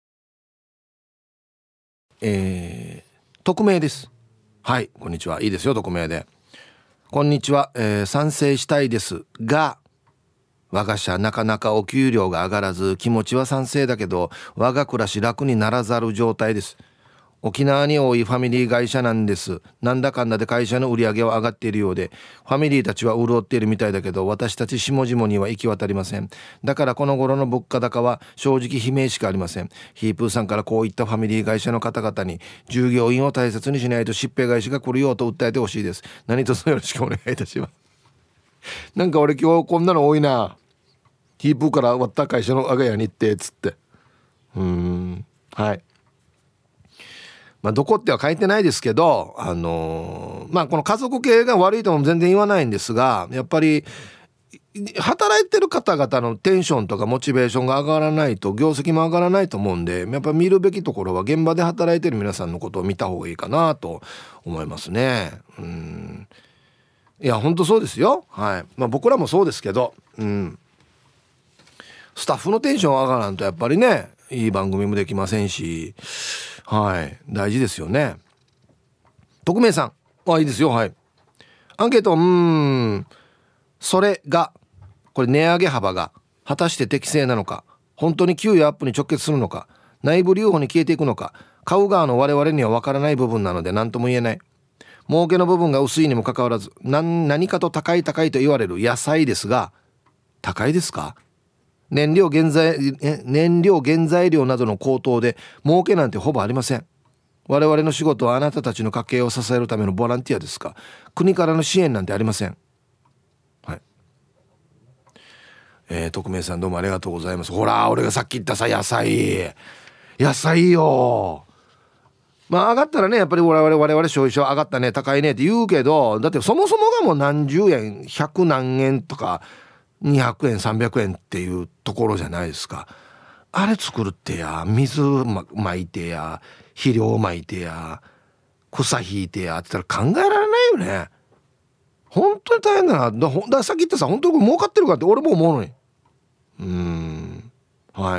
Speaker 1: 匿名です。はい、こんにちは。いいですよ、匿名で。こんにちは、賛成したいですが、我が社なかなかお給料が上がらず、気持ちは賛成だけど我が暮らし楽にならざる状態です。沖縄に多いファミリー会社なんです。なんだかんだで会社の売り上げは上がっているようで、ファミリーたちは潤っているみたいだけど、私たち下々には行き渡りません。だからこの頃の物価高は正直悲鳴しかありません。ヒープーさんからこういったファミリー会社の方々に従業員を大切にしないとしっぺ返しが来るよと訴えてほしいです。何卒よろしくお願いいたします。なんか俺今日こんなの多いな。ヒープーから終わった会社の我が家に行ってつって、はい、どこっては書いてないですけど、この家族系が悪いとも全然言わないんですが、やっぱり働いてる方々のテンションとかモチベーションが上がらないと業績も上がらないと思うんで、やっぱ見るべきところは現場で働いてる皆さんのことを見た方がいいかなと思いますね。いや本当そうですよ。はい、僕らもそうですけど、スタッフのテンション上がらんとやっぱりね、いい番組もできませんし、はい、大事ですよね。匿名さん、いいですよ。はい、アンケート、それがこれ値上げ幅が果たして適正なのか、本当に給与アップに直結するのか、内部留保に消えていくのか、買う側の我々には分からない部分なので何とも言えない。儲けの部分が薄いにもかかわらず、何かと高いと言われる野菜ですが、高いですか？燃料原材料などの高騰で儲けなんてほぼありません。我々の仕事はあなたたちの家計を支えるためのボランティアですか？国からの支援なんてありません。はい、匿名さんどうもありがとうございます。ほら俺がさっき言ったさ、野菜よ。上がったらね、やっぱり我々消費者上がったね、高いねって言うけど、だってそもそもがもう何十円、100何円とか200円300円っていうところじゃないですか。あれ作るってや、水まいてや、肥料まいてや、草引いてやって言ったら考えられないよね。本当に大変だな。だからさっき言ったさ、本当に儲かってるかって俺も思うのに。はい、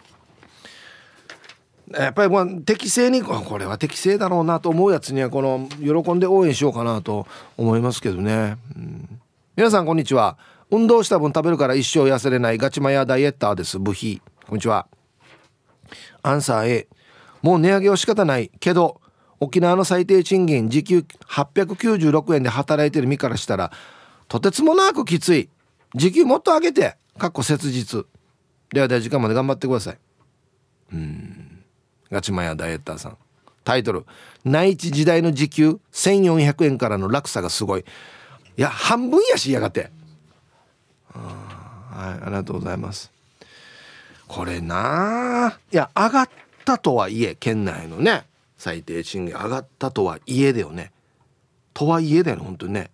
Speaker 1: やっぱり適正に、これは適正だろうなと思うやつには喜んで応援しようかなと思いますけどね。皆さんこんにちは。運動した分食べるから一生痩せれないガチマヤダイエッターです。ブヒ。こんにちは。アンサー A、 もう値上げは仕方ないけど、沖縄の最低賃金時給896円で働いてる身からしたらとてつもなくきつい。時給もっと上げて切実。では時間まで頑張ってください。ガチマヤダイエッターさん。タイトル、内地時代の時給1400円からの落差がすごい。いや半分やしやがて。はい、ありがとうございます。これいや上がったとはいえ、県内のね最低賃金上がったとはいえだよね。とはいえだよね、本当にね。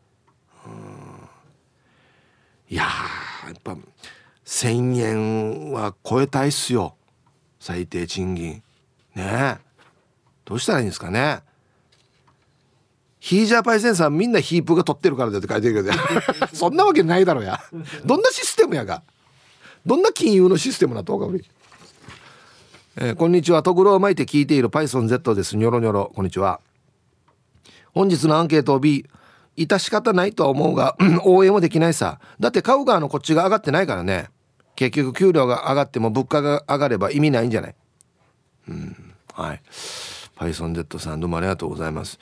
Speaker 1: いややっぱ1000円は超えたいっすよ、最低賃金ね。 どうしたらいいんですかね。ヒージャーパイセンさんみんなヒープが取ってるからだって書いてるけどそんなわけないだろや。どんなシステムやが、どんな金融のシステムなとかこんにちは、トグロを巻いて聞いている PythonZ です。ニョロニョロ、こんにちは。本日のアンケートを B、 致し方ないとは思うが応援もできないさ。だって買う側のこっちが上がってないからね。結局給料が上がっても物価が上がれば意味ないんじゃない。はい、 PythonZ さんどうもありがとうございます。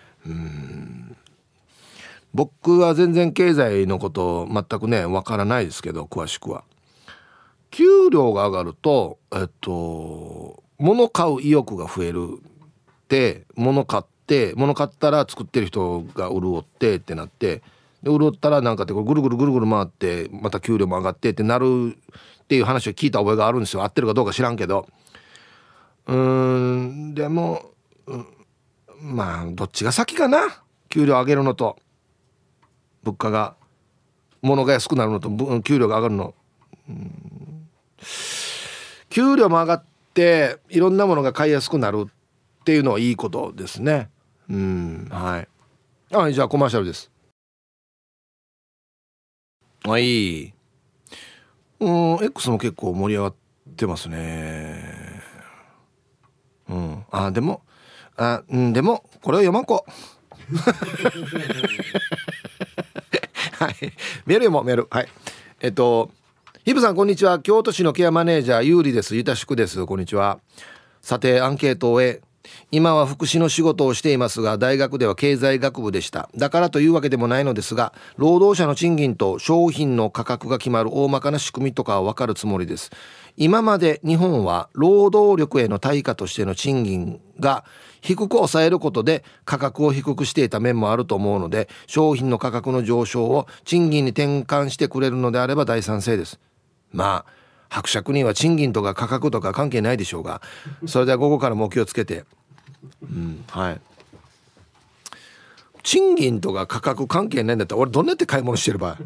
Speaker 1: 僕は全然経済のこと全くねわからないですけど、詳しくは給料が上がると物買う意欲が増えるって物買ったら作ってる人が潤ってってなって、で潤ったらなんかってこうぐるぐるぐるぐる回ってまた給料も上がってってなるっていう話を聞いた覚えがあるんですよ。合ってるかどうか知らんけど、でも、まあどっちが先かな。給料上げるのと物価が物が安くなるのと給料が上がるの、給料も上がっていろんなものが買いやすくなるっていうのはいいことですね。はい。じゃあコマーシャルです。はい。X も結構盛り上がってますね。でもでもこれは読まんこはい、メール読もうメール。はい、ヒブさんこんにちは。京都市のケアマネージャーゆうりです。ゆたしくです。こんにちは。さてアンケートを終え、今は福祉の仕事をしていますが、大学では経済学部でした。だからというわけでもないのですが、労働者の賃金と商品の価格が決まる大まかな仕組みとかは分かるつもりです。今まで日本は労働力への対価としての賃金が低く抑えることで価格を低くしていた面もあると思うので、商品の価格の上昇を賃金に転換してくれるのであれば大賛成です。まあ伯爵には賃金とか価格とか関係ないでしょうが、それでは午後からもお気をつけて。はい。賃金とか価格関係ないんだったら俺どんなやって買い物してる場合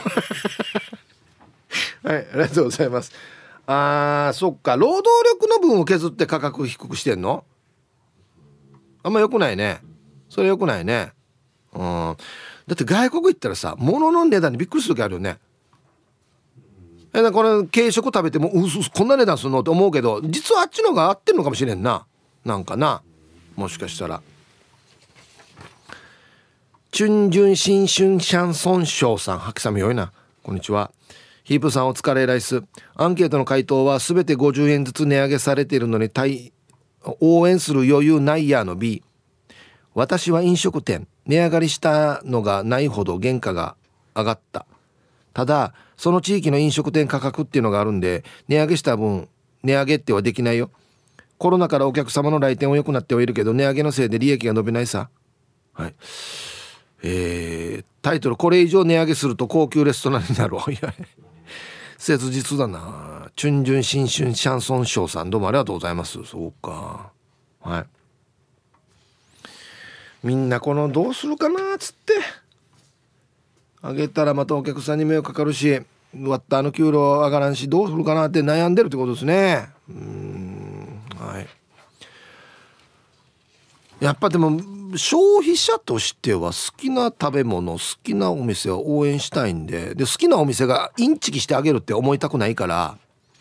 Speaker 1: はい、ありがとうございます。そっか、労働力の分を削って価格低くしてんのあんま良くないね。それ良くないね。だって外国行ったらさ、物の値段にびっくりする時あるよね。これ軽食食べてもこんな値段するのって思うけど、実はあっちの方が合ってるのかもしれんな。なんかな、もしかしたら。チュンジュン新春シャンソンショーさん、ハキさんもよいな、こんにちは。ヒープさんお疲れライス。アンケートの回答はすべて50円ずつ値上げされているのに応援する余裕ないやの B。 私は飲食店値上がりしたのがないほど原価が上がった。ただその地域の飲食店価格っていうのがあるんで、値上げした分値上げってはできないよ。コロナからお客様の来店は良くなってはいるけど、値上げのせいで利益が伸びないさ。はい。タイトル、これ以上値上げすると高級レストランになる。いや切実だな。チュンジュン新春シャンソンショーさん、どうもありがとうございます。そうか。はい。みんなこのどうするかなっつってあげたらまたお客さんに迷惑かかるし、割った給料上がらんし、どうするかなって悩んでるってことですね。はい。やっぱでも消費者としては好きな食べ物、好きなお店を応援したいんで、好きなお店がインチキしてあげるって思いたくないから、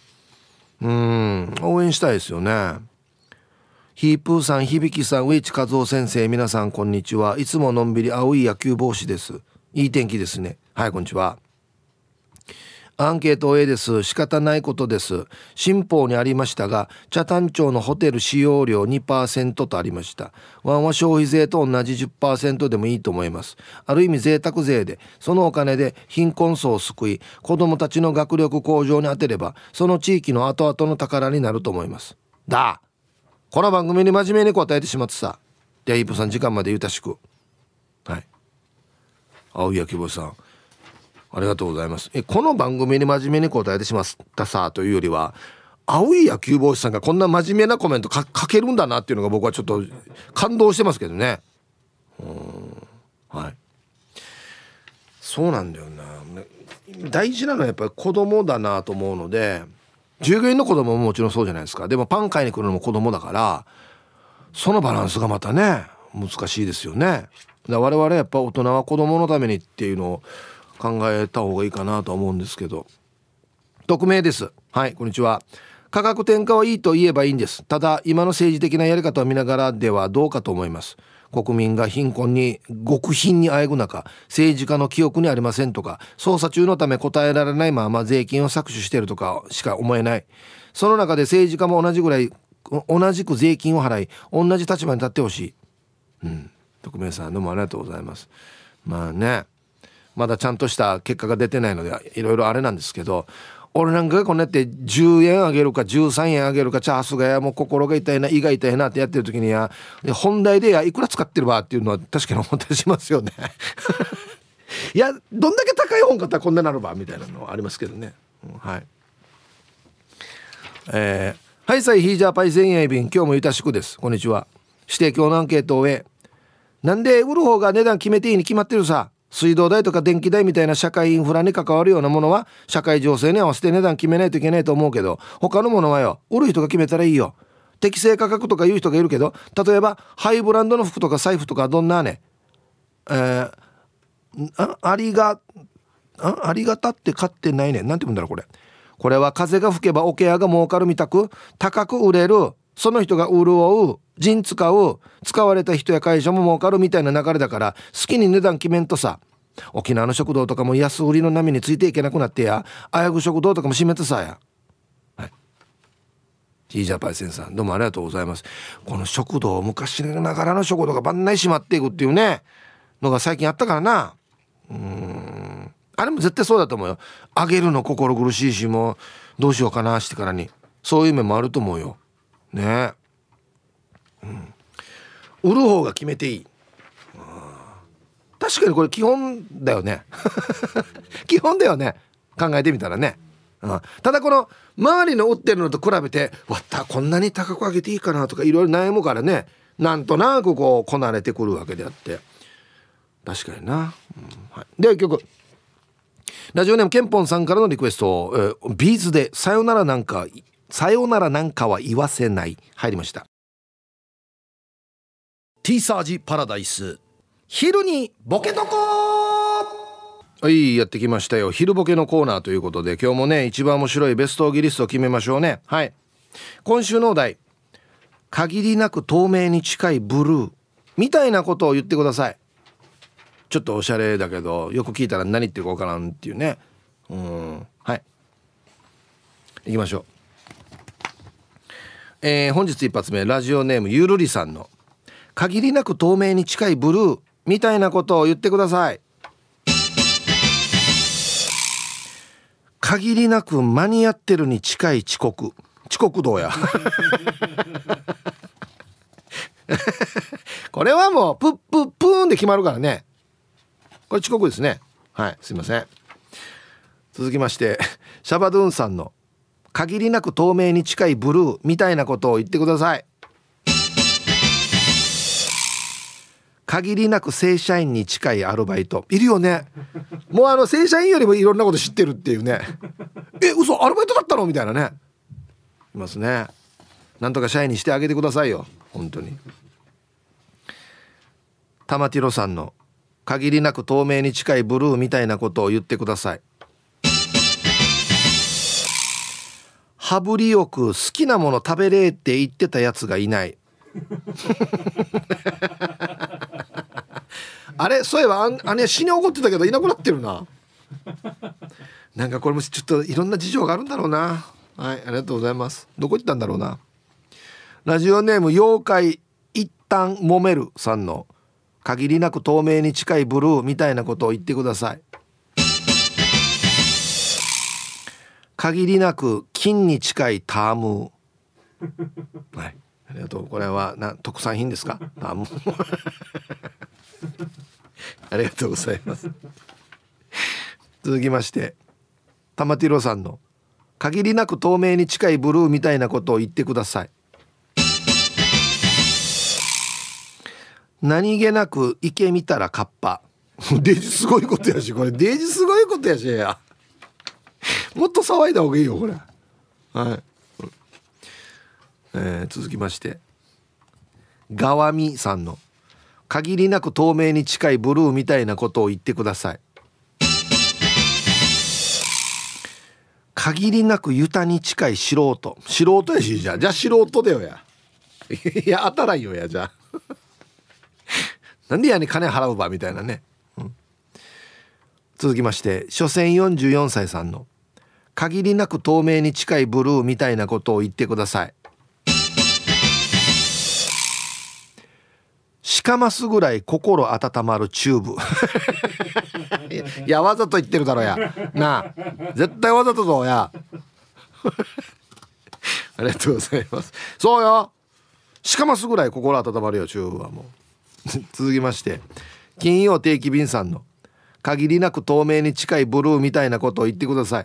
Speaker 1: 応援したいですよね。ヒープーさん、響さん、上地和夫先生、皆さんこんにちは。いつものんびり青い野球帽子です。いい天気ですね。はい、こんにちは。アンケート A です。仕方ないことです。新法にありましたが、北谷町のホテル使用料 2% とありました。ワンは消費税と同じ 10% でもいいと思います。ある意味贅沢税で、そのお金で貧困層を救い、子どもたちの学力向上に充てれば、その地域の後々の宝になると思います。この番組に真面目に答えてしまってさ。ではイープさん、時間までゆたしく。はい。青い焼きぼさん、ありがとうございます。この番組に真面目に答えてしまったさというよりは、青い野球帽子さんがこんな真面目なコメント書けるんだなっていうのが僕はちょっと感動してますけどね。はい。そうなんだよな。大事なのはやっぱり子供だなと思うので、従業員の子供ももちろんそうじゃないですか。でもパン買いに来るのも子供だから、 そのバランスがまたね難しいですよね。だ我々やっぱ大人は子供のためにっていうのを考えた方がいいかなと思うんですけど。匿名です。はい、こんにちは。価格転嫁はいいと言えばいいんです。ただ今の政治的なやり方を見ながらではどうかと思います。国民が貧困に極貧にあえぐ中、政治家の記憶にありませんとか、捜査中のため答えられないまま税金を搾取しているとかしか思えない。その中で政治家も同じく税金を払い同じ立場に立ってほしい。匿名さんどうもありがとうございます。まあね、まだちゃんとした結果が出てないのでいろいろあれなんですけど、俺なんかがこんなやって10円あげるか13円あげるかチャースがやもう心が痛いな胃が痛いなってやってる時にや本題でいくら使ってるわっていうのは確かに思ったりしますよねいやどんだけ高い本買ったらこんなになるばみたいなのはありますけどね、はいはいさいヒージャーパイセンヤイビン今日もゆたしくです。こんにちは。指定教のアンケートを終え、なんで売る方が値段決めていいに決まってるさ。水道代とか電気代みたいな社会インフラに関わるようなものは社会情勢に合わせて値段決めないといけないと思うけど、他のものはよ売る人が決めたらいいよ。適正価格とか言う人がいるけど、例えばハイブランドの服とか財布とかどんなね、ありがたって買ってないね、なんて言うんだろうこれは風が吹けば桶屋が儲かるみたく高く売れる、その人が潤う、人使う、使われた人や会社も儲かるみたいな流れだから、好きに値段決めんとさ。沖縄の食堂とかも安売りの波についていけなくなってや、あやぐ食堂とかも閉めてさや。はい、ジージャパイセンさんどうもありがとうございます。この食堂、昔ながらの食堂が晩内閉まっていくっていうねのが最近あったからな。あれも絶対そうだと思うよ。あげるの心苦しいし、もうどうしようかなしてからに、そういう面もあると思うよね。売る方が決めていい。確かにこれ基本だよね基本だよね、考えてみたらね。ただこの周りの売ってるのと比べてわったこんなに高く上げていいかなとかいろいろ悩むからね、なんとなくこうこなれてくるわけであって、確かにな、はい、では一曲、ラジオネームケンポンさんからのリクエスト、ビーズでさよならなんかは言わせない入りました。T サージパラダイス昼にボケとこはい、やってきましたよ。昼ボケのコーナーということで、今日もね一番面白いベストオギリストを決めましょうね。はい、今週のお題、限りなく透明に近いブルーみたいなことを言ってください。ちょっとおしゃれだけどよく聞いたら何言ってるかわからんっていうね。はい、行きましょう。本日一発目、ラジオネームゆるりさんの限りなく透明に近いブルーみたいなことを言ってください。限りなく間に合ってるに近い遅刻道やこれはもうプーンで決まるからね。これ遅刻ですね。はい、すいません。続きまして、シャバドゥンさんの限りなく透明に近いブルーみたいなことを言ってください。限りなく正社員に近いアルバイトいるよね。もう正社員よりもいろんなこと知ってるっていうね嘘アルバイトだったのみたいなね、いますね。なんとか社員にしてあげてくださいよ本当に。玉ティロさんの限りなく透明に近いブルーみたいなことを言ってください。羽振りよく好きなもの食べれって言ってたやつがいないあれ、そういえばあれ死に怒ってたけどいなくなってるな。なんかこれもちょっといろんな事情があるんだろうな。はい、ありがとうございます。どこ行ったんだろうな。ラジオネーム妖怪一旦揉めるさんの限りなく透明に近いブルーみたいなことを言ってください。限りなく金に近いタームはい、ありがとう。これは特産品ですか、タームありがとうございます。続きまして、玉ティロさんの限りなく透明に近いブルーみたいなことを言ってください。何気なく池見たらカッパデージすごいことやし、これデージすごいことやしやもっと騒いだ方がいいよこれ。はい、続きまして、 ガワミさんの限りなく透明に近いブルーみたいなことを言ってください。限りなくユタに近い素人やし、じゃあ素人だよやいや当たらんよや、じゃあなんでやねん金払うばみたいなね、続きまして、所詮44歳さんの限りなく透明に近いブルーみたいなことを言ってください。しかますぐらい心温まるチューブいやわざと言ってるだろやなあ、絶対わざとぞやありがとうございます。そうよ、しかますぐらい心温まるよチューブはもう続きまして、金曜定期便さんの限りなく透明に近いブルーみたいなことを言ってください。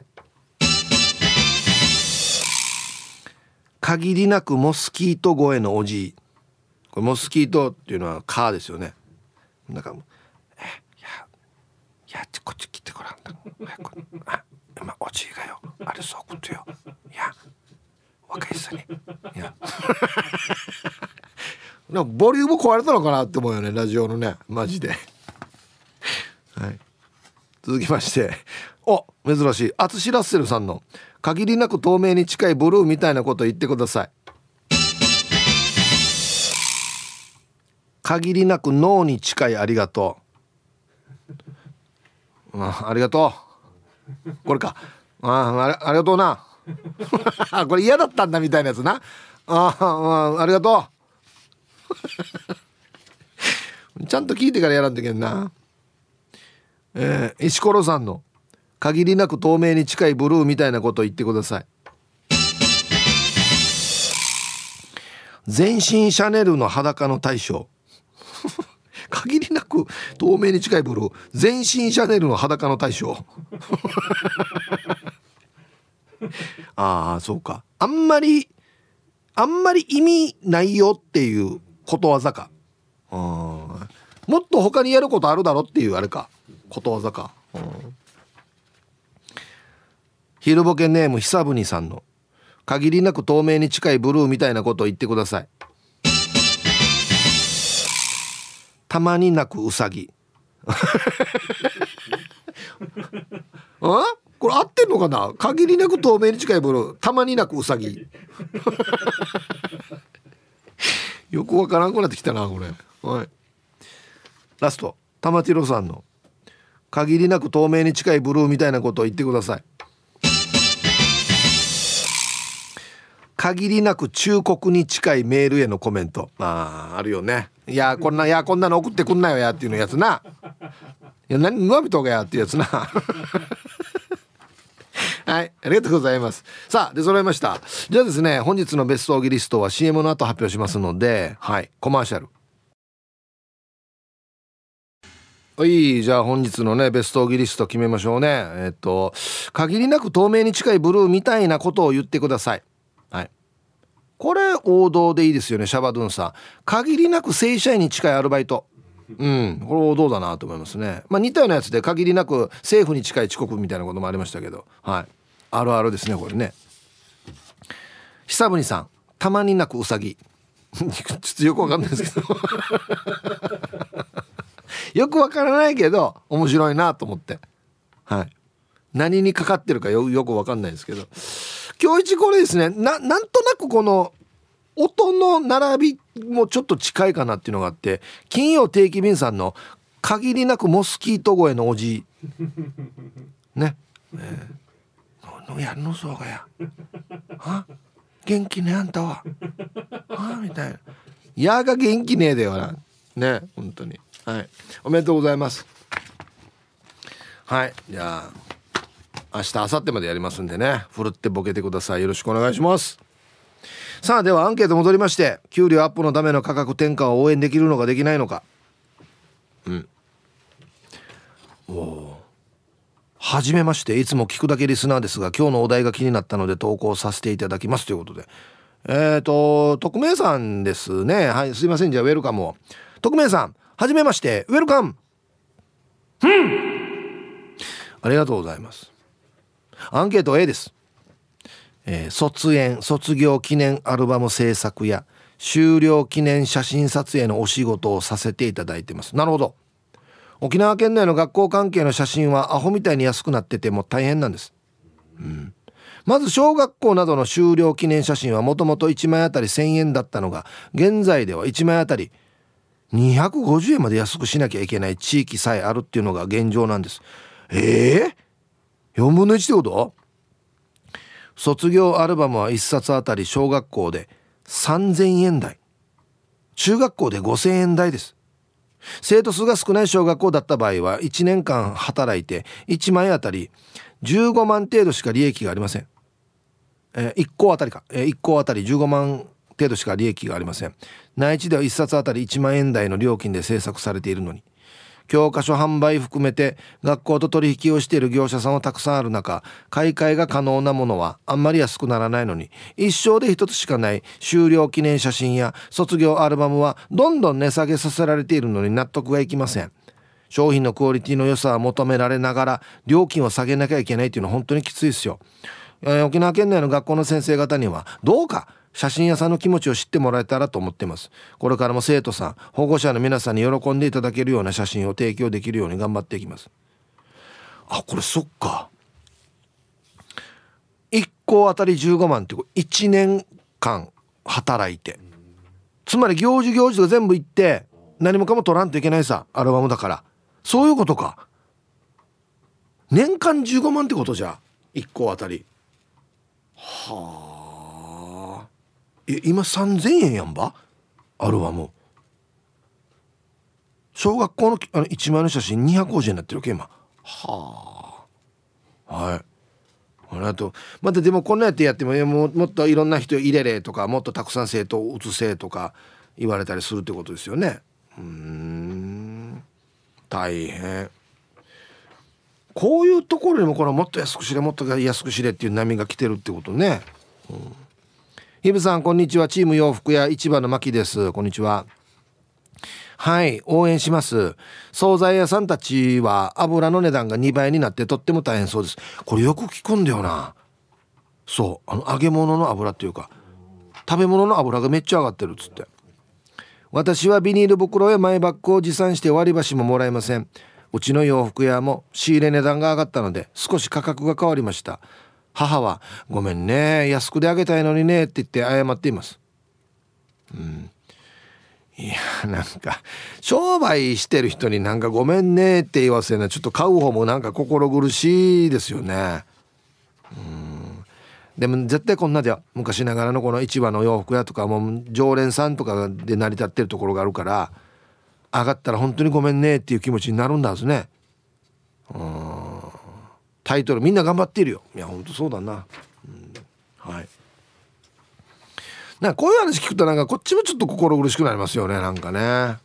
Speaker 1: 限りなくモスキート声のおじい。これモスキートっていうのは蚊ですよね。なんかいやこっち来てごらん。今おじいがよあれそうくとよ。いや若いさにいやなんかボリューム壊れたのかなって思うよね、ラジオのね、マジではい。続きまして、珍しいアツシラッセルさんの限りなく透明に近いブルーみたいなことを言ってください。限りなく脳に近いありがとう。ありがとう。これか。ありがとうな。これ嫌だったんだみたいなやつな。ありがとう。ちゃんと聞いてからやらんといけんな。石ころさんの限りなく透明に近いブルーみたいなことを言ってください。全身シャネルの裸の大将限りなく透明に近いブルー、全身シャネルの裸の大将そうか、あんまり意味ないよっていうことわざか。もっと他にやることあるだろっていうあれか、ことわざか。ヒルボケネーム久文さんの限りなく透明に近いブルーみたいなことを言ってください。たまに鳴くウサギこれ合ってんのかな。限りなく透明に近いブルー、たまに鳴くウサギよくわからんくなってきたなこれ。はい、ラスト、玉ティロさんの限りなく透明に近いブルーみたいなことを言ってください。限りなく忠告に近いメールへのコメント。あるよね。いやこんなの送ってくんなよやっていうのやつな。いや何のびとがやっていうやつなはい、ありがとうございます。さあ出揃いました。じゃあですね、本日のベストオギリストは CM の後発表しますので、はい、コマーシャル。はい、じゃあ本日のねベストオギリスト決めましょうね。限りなく透明に近いブルーみたいなことを言ってください。はい、これ王道でいいですよね。シャバドゥンさん、限りなく正社員に近いアルバイト。これ王道だなと思いますね。似たようなやつで限りなく政府に近い遅刻みたいなこともありましたけど、はい、あるあるですねこれね。久文さん、たまになくウサギちょっとよくわかんないですけどよくわからないけど面白いなと思って、はい、何にかかってるかよくわかんないですけど、今日一これですね、なんとなくこの音の並びもちょっと近いかなっていうのがあって、金曜定期便さんの限りなくモスキート声のおじいね、やるのそうがや元気ねあんたはみたいな、やが元気ねえだよなね、本当に。はい、おめでとうございます。はい、じゃあ明日明後日までやりますんでね、ふるってボケてください。よろしくお願いします。さあではアンケート戻りまして、給料アップのための価格転嫁を応援できるのかできないのか。はじめまして、いつも聞くだけリスナーですが、今日のお題が気になったので投稿させていただきますということで、匿名さんですね。はい、すいません。じゃあウェルカムを。匿名さん、はじめまして、ウェルカム。ありがとうございます。アンケート A です。卒業記念アルバム制作や終了記念写真撮影のお仕事をさせていただいてます。なるほど。沖縄県内の学校関係の写真はアホみたいに安くなってても大変なんです。まず小学校などの修了記念写真はもともと1枚あたり1000円だったのが、現在では1枚あたり250円まで安くしなきゃいけない地域さえあるっていうのが現状なんです。4分の1ってこと？卒業アルバムは1冊あたり小学校で3000円台、中学校で5000円台です。生徒数が少ない小学校だった場合は1年間働いて1枚あたり15万程度しか利益がありません。1校あたり1校あたり15万程度しか利益がありません。内地では1冊あたり1万円台の料金で制作されているのに、教科書販売含めて学校と取引をしている業者さんはたくさんある中、買い替えが可能なものはあんまり安くならないのに、一生で一つしかない修了記念写真や卒業アルバムはどんどん値下げさせられているのに納得がいきません。商品のクオリティの良さは求められながら料金を下げなきゃいけないっていうのは本当にきついですよ。沖縄県内の学校の先生方にはどうか写真屋さんの気持ちを知ってもらえたらと思ってます。これからも生徒さん、保護者の皆さんに喜んでいただけるような写真を提供できるように頑張っていきます。これそっか、1校あたり15万って1年間働いて、つまり行事とか全部行って何もかも取らんといけないさ、アルバムだから。そういうことか。年間15万ってことじゃ、1校あたり。はあ、今3000円やんば、アルバム。小学校の1枚の写真250円になってるわけ今。はあ、はい、あとまたでもこんなやってやってももっといろんな人入れれとか、もっとたくさん生徒を移せとか言われたりするってことですよね。大変。こういうところにもこれもっと安くしれもっと安くしれっていう波が来てるってことね。ヒブさんこんにちは。チーム洋服屋市場の牧です。こんにちは。はい、応援します。惣菜屋さんたちは油の値段が2倍になってとっても大変そうです。これよく聞くんだよな。そう、揚げ物の油っていうか食べ物の油がめっちゃ上がってるっつって。私はビニール袋やマイバッグを持参して割り箸ももらえません。うちの洋服屋も仕入れ値段が上がったので少し価格が変わりました。母はごめんね、安くであげたいのにねって言って謝っています。いや、なんか商売してる人になんかごめんねって言わせるのはちょっと買う方もなんか心苦しいですよね。でも絶対こんなでは昔ながらのこの市場の洋服屋とかも常連さんとかで成り立ってるところがあるから、上がったら本当にごめんねっていう気持ちになるんだはずね。タイトルみんな頑張っているよ。いや本当そうだな。はい。なんかこういう話聞くとなんかこっちもちょっと心苦しくなりますよね、なんかね。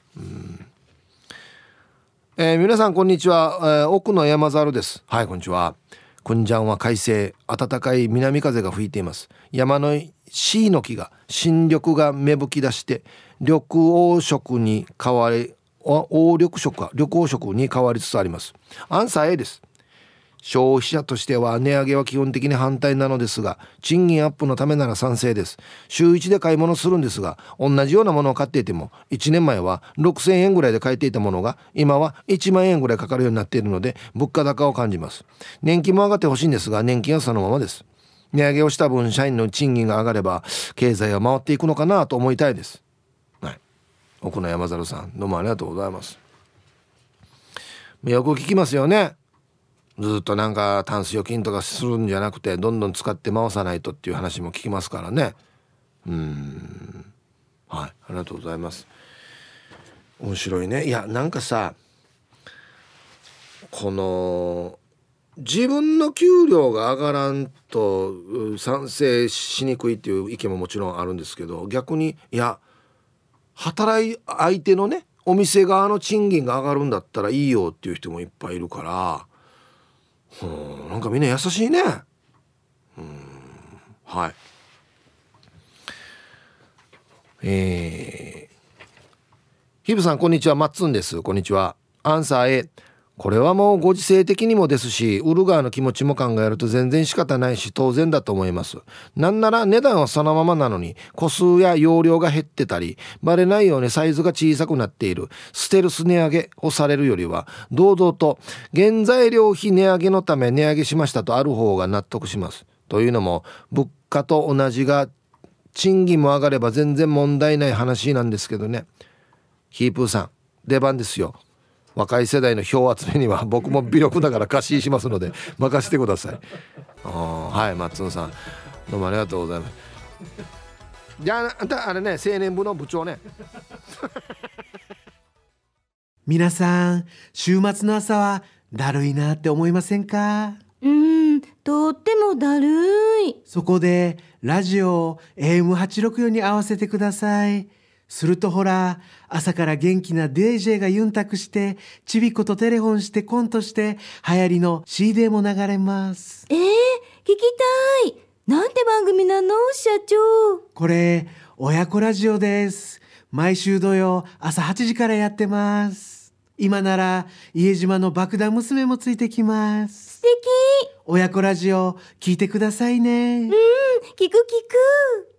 Speaker 1: 皆さんこんにちは、奥の山猿です。はい、こんにちは。くんじゃんは快晴、暖かい南風が吹いています。山のシイの木が新緑が芽吹き出して緑黄色に変わり、緑黄色に変わりつつあります。アンサー A です。消費者としては値上げは基本的に反対なのですが、賃金アップのためなら賛成です。週1で買い物するんですが、同じようなものを買っていても1年前は6000円ぐらいで買えていたものが今は1万円ぐらいかかるようになっているので物価高を感じます。年金も上がってほしいんですが、年金はそのままです。値上げをした分社員の賃金が上がれば経済は回っていくのかなと思いたいです。はい、奥野山猿さんどうもありがとうございます。よく聞きますよね。ずっとなんかタンス預金とかするんじゃなくてどんどん使って回さないとっていう話も聞きますからね。はい、ありがとうございます。面白いね。いやなんかさ、この自分の給料が上がらんと賛成しにくいっていう意見ももちろんあるんですけど、逆にいや働い相手のねお店側の賃金が上がるんだったらいいよっていう人もいっぱいいるから、なんかみんな優しいね。はい。ヒブさんこんにちは。マッツンです。こんにちは。アンサー A。 これはもうご時世的にもですし、売る側の気持ちも考えると全然仕方ないし当然だと思います。なんなら値段はそのままなのに個数や容量が減ってたり、バレないようにサイズが小さくなっているステルス値上げをされるよりは、堂々と原材料費値上げのため値上げしましたとある方が納得します。というのも物価と同じが賃金も上がれば全然問題ない話なんですけどね。ヒープーさん出番ですよ。若い世代の票集めには僕も微力だから貸ししますので任せてください。はい、松野さんどうもありがとうございます。じゃああんたあれね、青年部の部長ね。
Speaker 5: 皆さん週末の朝はだるいなって思いませんか？
Speaker 6: とってもだるい。
Speaker 5: そこでラジオを AM864 に合わせてください。するとほら、朝から元気な DJ がユンタクして、ちびことテレフォンしてコントして、流行りの CD も流れます。
Speaker 6: 聞きたい。なんて番組なの、社長。
Speaker 5: これ、親子ラジオです。毎週土曜朝8時からやってます。今なら、家島の爆弾娘もついてきます。
Speaker 6: 素敵。
Speaker 5: 親子ラジオ、聞いてくださいね。
Speaker 6: 聞く。